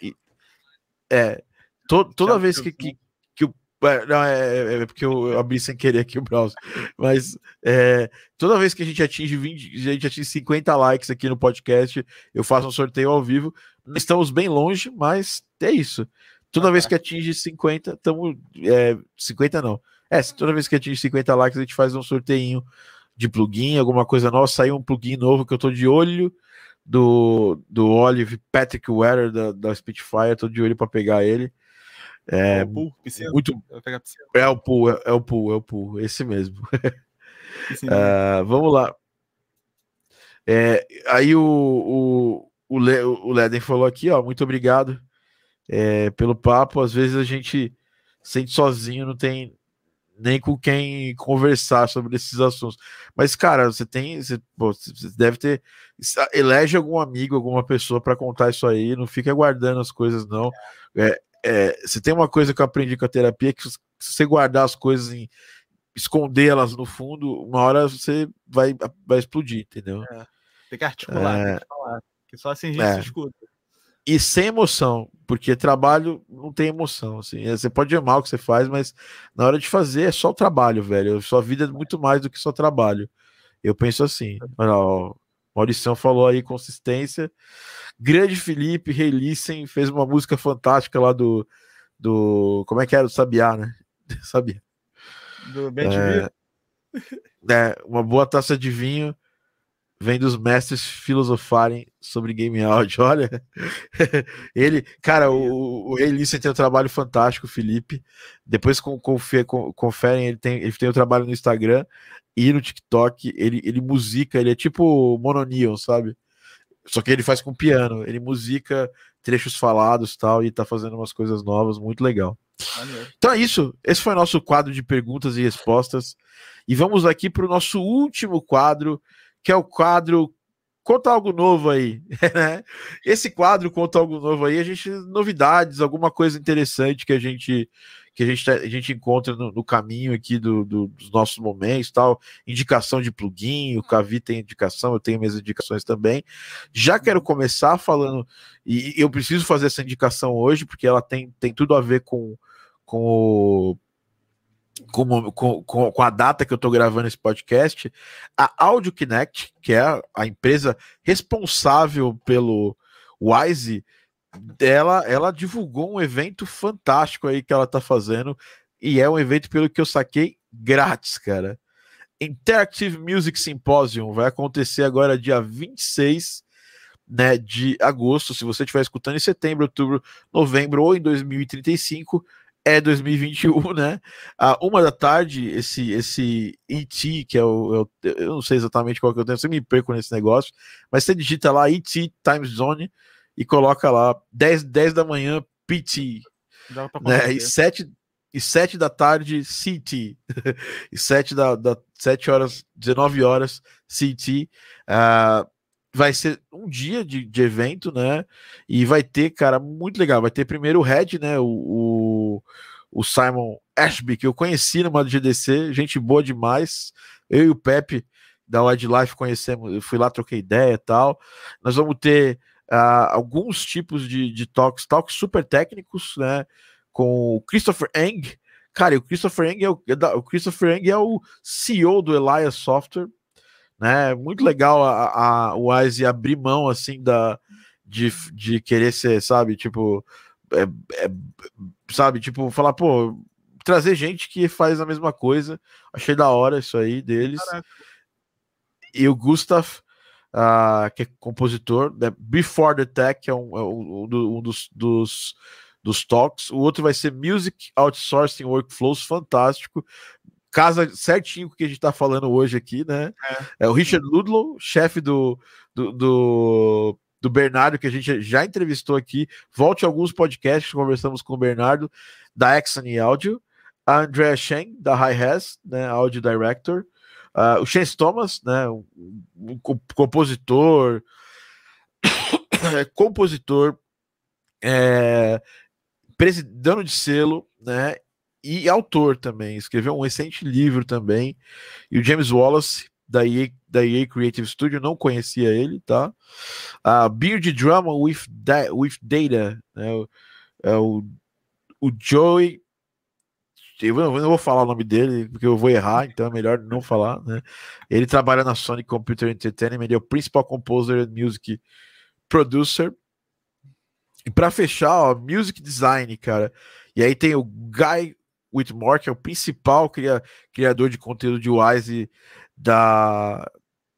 Toda vez que não, é porque eu abri sem querer aqui o browser. Mas toda vez que a gente atinge 50 likes aqui no podcast, eu faço um sorteio ao vivo. Estamos bem longe, mas é isso. Toda vez que atinge 50, estamos. 50 não. Toda vez que atinge 50 likes, a gente faz um sorteio de plugin, alguma coisa nova. Saiu um plugin novo que eu tô de olho do Olive Patrick Wetter da Spitfire, tô de olho para pegar ele. O pool, esse mesmo. Vamos lá. Aí o Leden falou aqui, ó, muito obrigado pelo papo. Às vezes a gente sente sozinho, não tem nem com quem conversar sobre esses assuntos. Mas, cara, você deve ter. Elege algum amigo, alguma pessoa para contar isso aí, não fica guardando as coisas, não. Você tem uma coisa que eu aprendi com a terapia, que se você guardar as coisas escondê-las no fundo, uma hora você vai explodir, entendeu? Tem que articular, tem que falar, que só assim a gente se escuta. E sem emoção, porque trabalho não tem emoção, assim, você pode amar o que você faz, mas na hora de fazer é só o trabalho, velho, sua vida é muito mais do que só trabalho, eu penso assim. Olha lá, ó, Maurição falou aí, consistência. Grande Felipe Reilissen fez uma música fantástica lá do como é que era? Do Sabiá, né? Sabiá. Do BenTV? Uma boa taça de vinho vem dos mestres filosofarem sobre game áudio. Olha, ele, cara, o Reilissen tem um trabalho fantástico, Felipe. Depois conferem, ele tem um trabalho no Instagram e no TikTok. Ele musica, ele é tipo Mononion, sabe? Só que ele faz com piano, ele musica trechos falados tal, e tá fazendo umas coisas novas, muito legal. Então é isso, esse foi o nosso quadro de perguntas e respostas, e vamos aqui para o nosso último quadro, que é o quadro Conta Algo Novo Aí, né? Esse quadro Conta Algo Novo Aí, novidades, alguma coisa interessante que a gente encontra no caminho aqui dos nossos momentos, tal, indicação de plugin, o Cavi tem indicação, eu tenho minhas indicações também. Já quero começar falando, e eu preciso fazer essa indicação hoje, porque ela tem tudo a ver com a data que eu estou gravando esse podcast. A Audio Kinect, que é a empresa responsável pelo Wise, ela divulgou um evento fantástico aí que ela tá fazendo, e é um evento, pelo que eu saquei, grátis, cara. Interactive Music Symposium vai acontecer agora dia 26, né, de agosto. Se você estiver escutando em setembro, outubro, novembro ou em 2035, é 2021, né? À 1h da tarde, esse ET, que eu não sei exatamente qual que eu tenho, você me perco nesse negócio, mas você digita lá ET Time Zone e coloca lá 10 da manhã PT, né? E 7 da tarde CT, e 7 horas, 19 horas CT. Vai ser um dia de evento, né? E vai ter, cara, muito legal. Vai ter primeiro o Red, né? o Simon Ashby, que eu conheci numa GDC, gente boa demais. Eu e o Pepe da Wildlife conhecemos, eu fui lá, troquei ideia e tal. Nós vamos ter alguns tipos de talks super técnicos, né? Com o Christopher Eng. Cara, o Christopher Eng é o CEO do Elias Software, né? Muito legal o Wise abrir mão assim de querer ser, sabe, tipo, sabe, tipo, falar, pô, trazer gente que faz a mesma coisa. Achei da hora isso aí deles. Caraca. E o Gustav, que é compositor, né? Before the Tech, que é um dos talks. O outro vai ser Music Outsourcing Workflows, fantástico. Casa certinho com o que a gente tá falando hoje aqui, né? É o Richard Ludlow, chefe do Bernardo, que a gente já entrevistou aqui. Volte a alguns podcasts, conversamos com o Bernardo, da Exxon Audio. A Andrea Shen, da Hi-Res, né? Audio Director. O Chance Thomas, né? Um compositor, dono de selo, né? E autor também, escreveu um excelente livro também. E o James Wallace, da EA Creative Studio, não conhecia ele, tá? Beard Drama with Data, né? O Joey, eu não vou falar o nome dele, porque eu vou errar, então é melhor não falar, né? Ele trabalha na Sony Computer Entertainment, ele é o Principal Composer and Music Producer. E para fechar, ó, Music Design, cara. E aí tem o Guy Whitmore, que é o principal criador de conteúdo de Wise da...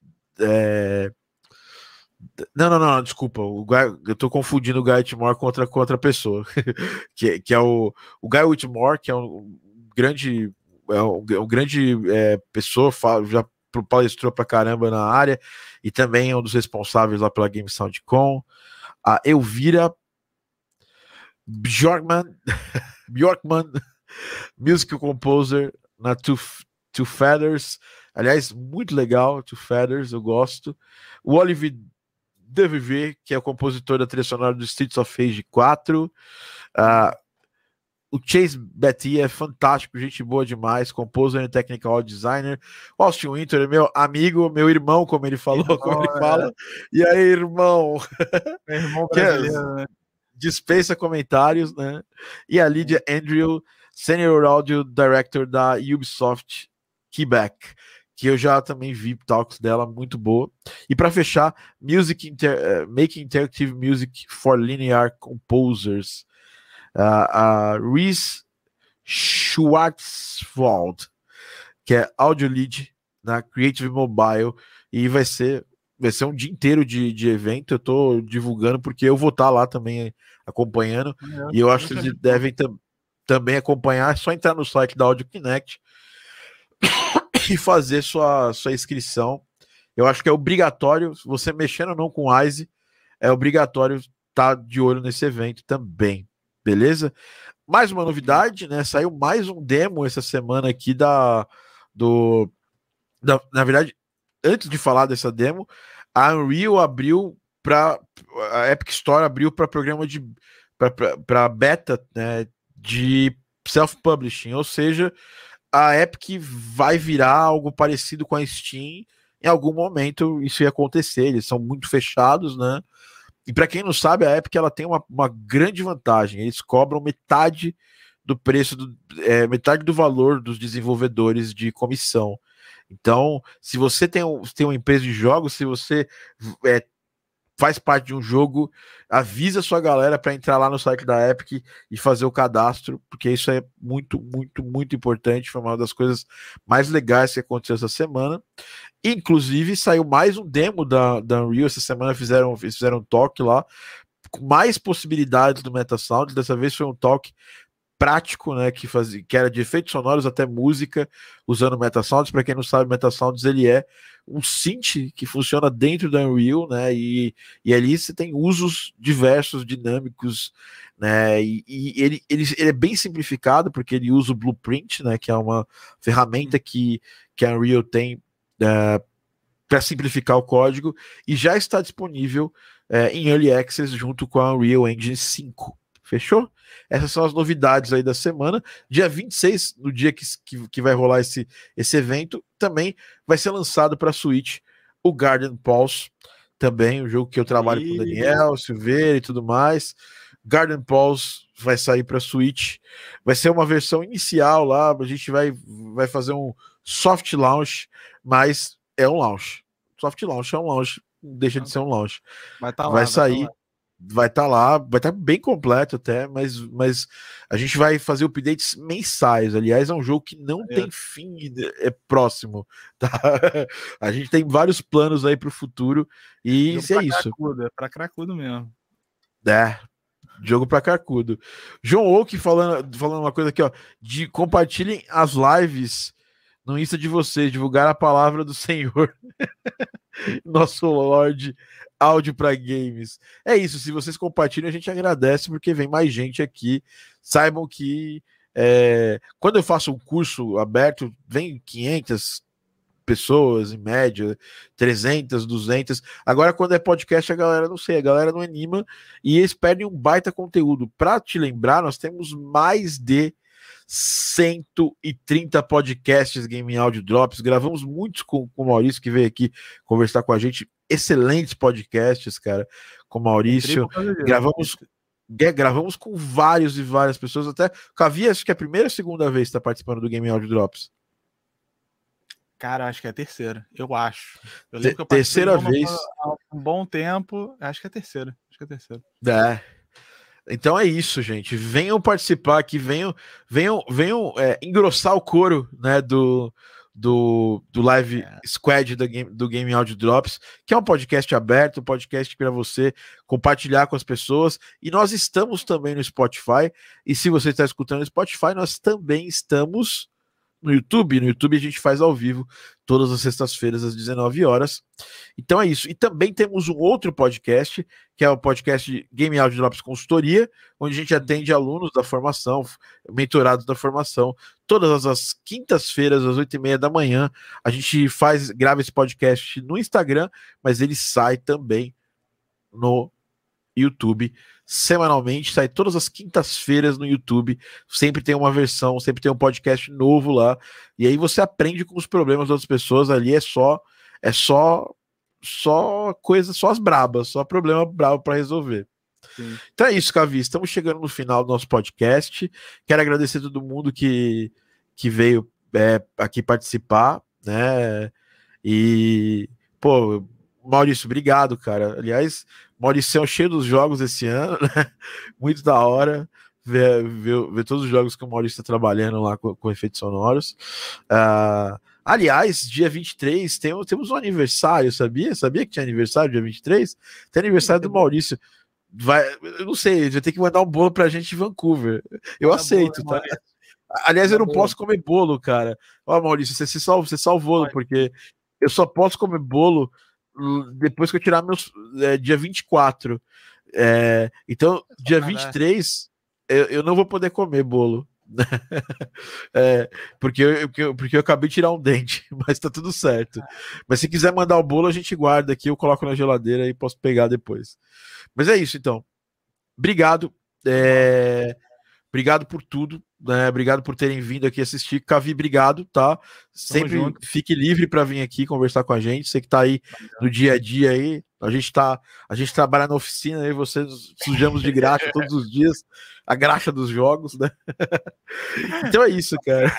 Não, desculpa. Eu tô confundindo o Guy Whitmore com outra pessoa. que é o Guy Whitmore, que é um grande pessoa, já palestrou pra caramba na área e também é um dos responsáveis lá pela Game Soundcon. A Elvira Bjorkman, music composer na Two Feathers. Aliás, muito legal, Two Feathers, eu gosto. O Olivier DeVivier, que é o compositor da trilha sonora do Streets of Rage 4. O Chase Betty é fantástico, gente boa demais, composer e technical designer. O Austin Winter é meu amigo, meu irmão, como ele falou, fala. E aí, irmão? Meu irmão brasileiro, né? Dispensa comentários, né? E a Lydia Andrew, Senior Audio Director da Ubisoft Quebec, que eu já também vi talks dela, muito boa. E para fechar, Making Interactive Music for Linear Composers, a Reese Schwartzwald, que é Audio Lead na Creative Mobile, e vai ser um dia inteiro de evento. Eu tô divulgando porque eu vou estar lá também acompanhando, e eu acho que eles devem também acompanhar. É só entrar no site da Audio Connect e fazer sua inscrição. Eu acho que é obrigatório, você mexendo ou não com Wise, é obrigatório estar de olho nesse evento também, beleza? Mais uma novidade, né? Saiu mais um demo essa semana aqui na verdade, antes de falar dessa demo, a Unreal abriu a Epic Store abriu para programa para beta, né, de self-publishing, ou seja, a Epic vai virar algo parecido com a Steam. Em algum momento isso ia acontecer, eles são muito fechados, né? E para quem não sabe, a Epic ela tem uma grande vantagem, eles cobram metade do preço, metade do valor dos desenvolvedores de comissão. Então, se você tem uma empresa de jogos, se você faz parte de um jogo, avisa sua galera para entrar lá no site da Epic e fazer o cadastro, porque isso é muito, muito, muito importante. Foi uma das coisas mais legais que aconteceu essa semana. Inclusive, saiu mais um demo da Unreal essa semana, fizeram um talk lá, com mais possibilidades do MetaSound. Dessa vez foi um talk prático, né, que era de efeitos sonoros até música, usando MetaSounds. Para quem não sabe, MetaSounds ele é um synth que funciona dentro da Unreal, né, e ali você tem usos diversos, dinâmicos, né, e ele é bem simplificado, porque ele usa o Blueprint, né, que é uma ferramenta que a Unreal tem para simplificar o código, e já está disponível em Early Access junto com a Unreal Engine 5. Fechou? Essas são as novidades aí da semana. Dia 26, no dia que vai rolar esse evento, também vai ser lançado para Switch o Garden Pulse, também um jogo que eu trabalho com o Daniel, Silveira e tudo mais. Garden Pulse vai sair para Switch, vai ser uma versão inicial lá, a gente vai fazer um soft launch, mas é um launch. Soft launch é um launch, deixa de ser um launch. Vai sair, vai estar lá, vai estar bem completo até, mas a gente vai fazer updates mensais. Aliás, é um jogo que não tem fim, é próximo, tá? A gente tem vários planos aí para o futuro e isso é isso. É para cracudo mesmo. Jogo pra carcudo. João Oak falando uma coisa aqui, ó. Compartilhem as lives no Insta de vocês, divulgar a palavra do Senhor. Nosso Lorde áudio para games. É isso, se vocês compartilham, a gente agradece, porque vem mais gente aqui. Saibam que quando eu faço um curso aberto, vem 500 pessoas, em média, 300, 200. Agora, quando é podcast, a galera não anima e eles perdem um baita conteúdo. Para te lembrar, nós temos mais de 130 podcasts Game Audio Drops. Gravamos muitos com o Maurício, que veio aqui conversar com a gente. Excelentes podcasts, cara, com o Maurício. Gravamos com várias pessoas. Até Cavi, acho que é a primeira ou segunda vez que está participando do Game Audio Drops. Cara, acho que é a terceira, eu acho. Eu lembro que eu terceira vez. Há um bom tempo, acho que é a terceira. Então é isso, gente. Venham participar aqui, venham engrossar o coro, né, do Live Squad do Game Audio Drops, que é um podcast aberto, um podcast para você compartilhar com as pessoas. E nós estamos também no Spotify. E se você está escutando no Spotify, nós também estamos no YouTube. No YouTube a gente faz ao vivo todas as sextas-feiras às 19 horas. Então é isso. E também temos um outro podcast, que é o podcast Game Audio Drops Consultoria, onde a gente atende alunos da formação, mentorados da formação. Todas as quintas-feiras, às 8h30 da manhã, a gente grava esse podcast no Instagram, mas ele sai também no YouTube semanalmente, sai todas as quintas-feiras no YouTube, sempre tem uma versão, sempre tem um podcast novo lá, e aí você aprende com os problemas das outras pessoas. Ali é só coisa, só as brabas, só problema brabo para resolver. Sim. Então é isso, Cavi, estamos chegando no final do nosso podcast. Quero agradecer a todo mundo que veio aqui participar, né, e pô, Maurício, obrigado, cara. Aliás, Maurício é cheio dos jogos esse ano, né? Muito da hora ver todos os jogos que o Maurício está trabalhando lá com efeitos sonoros. Aliás, dia 23 temos um aniversário, sabia? Sabia que tinha aniversário dia 23? Tem aniversário do Maurício. Eu não sei, ele vai ter que mandar um bolo pra gente em Vancouver. Eu aceito, tá? Aliás, eu não posso comer bolo, cara. Ó, Maurício, você salvou, porque eu só posso comer bolo depois que eu tirar meus dia 24. Então, dia 23 eu não vou poder comer bolo. Porque eu acabei de tirar um dente, mas tá tudo certo. Mas se quiser mandar o bolo, a gente guarda aqui, eu coloco na geladeira e posso pegar depois. Mas é isso, então. Obrigado. Obrigado por tudo, né? Obrigado por terem vindo aqui assistir. Cavi, obrigado, tá? Sempre fique livre para vir aqui conversar com a gente. Você que tá aí no dia a dia aí, a gente trabalha na oficina aí, você sujamos de graxa todos os dias, a graxa dos jogos, né? Então é isso, cara.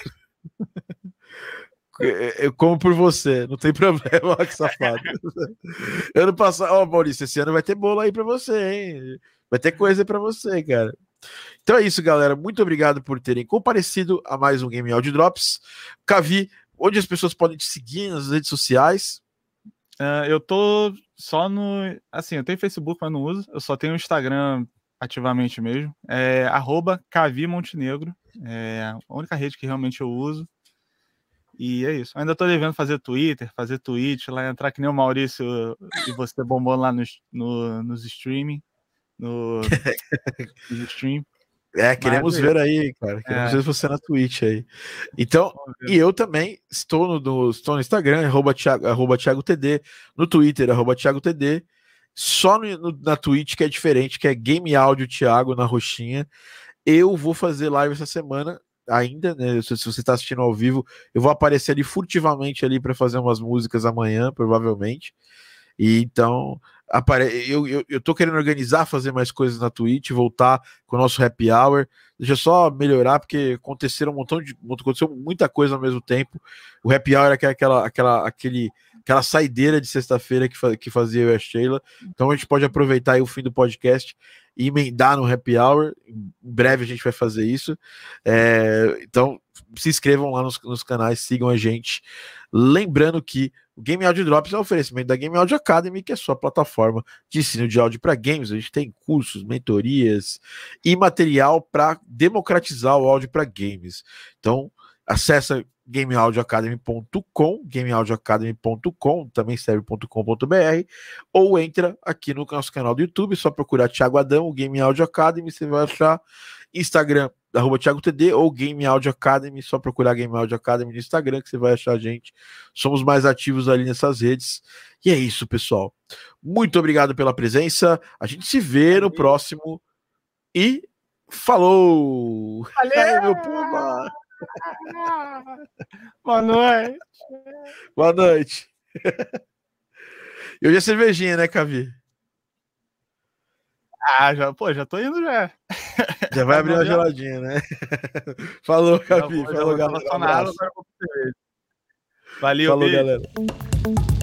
Eu como por você, não tem problema, ó, que safado. Ano passado, Maurício, esse ano vai ter bolo aí para você, hein? Vai ter coisa para você, cara. Então é isso, galera. Muito obrigado por terem comparecido a mais um Game Audio Drops. Cavi, onde as pessoas podem te seguir nas redes sociais? Eu tô só no... Assim, eu tenho Facebook, mas não uso. Eu só tenho o Instagram ativamente mesmo. @CaviMontenegro. É a única rede que realmente eu uso. E é isso. Eu ainda tô devendo fazer Twitter, fazer Twitch, lá entrar que nem o Maurício e você bombando lá nos streaming. No stream. Queremos ver aí, cara. Queremos ver você na Twitch aí. Então, e eu também estou no Instagram, @ThiagoTD, no Twitter, @ThiagoTD, Só na Twitch que é diferente, que é Game Áudio Thiago na roxinha. Eu vou fazer live essa semana ainda, né? Se você está assistindo ao vivo, eu vou aparecer ali furtivamente ali para fazer umas músicas amanhã, provavelmente. E então, eu tô querendo organizar, fazer mais coisas na Twitch, voltar com o nosso happy hour. Deixa eu só melhorar, porque aconteceu muita coisa ao mesmo tempo. O happy hour é aquela saideira de sexta-feira que fazia eu e a Sheila. Então a gente pode aproveitar aí o fim do podcast e emendar no happy hour. Em breve a gente vai fazer isso. Então se inscrevam lá nos canais, sigam a gente. Lembrando que o Game Audio Drops é um oferecimento da Game Audio Academy, que é a sua plataforma de ensino de áudio para games. A gente tem cursos, mentorias e material para democratizar o áudio para games. Então, acessa gameaudioacademy.com, gameaudioacademy.com, também serve.com.br, ou entra aqui no nosso canal do YouTube, só procurar Thiago Adão, o Game Audio Academy, você vai achar. Instagram, @ThiagoTD, ou Game Audio Academy, só procurar Game Audio Academy no Instagram que você vai achar a gente. Somos mais ativos ali nessas redes. E é isso, pessoal. Muito obrigado pela presença. A gente se vê no próximo. E falou! Valeu, meu Puma! Boa noite. Boa noite. E hoje é cervejinha, né, Cavi? Já tô indo já. Já vai abrir uma geladinha, né? Falou, Cavi. Falou, galera. Valeu, Falou, beijo. galera.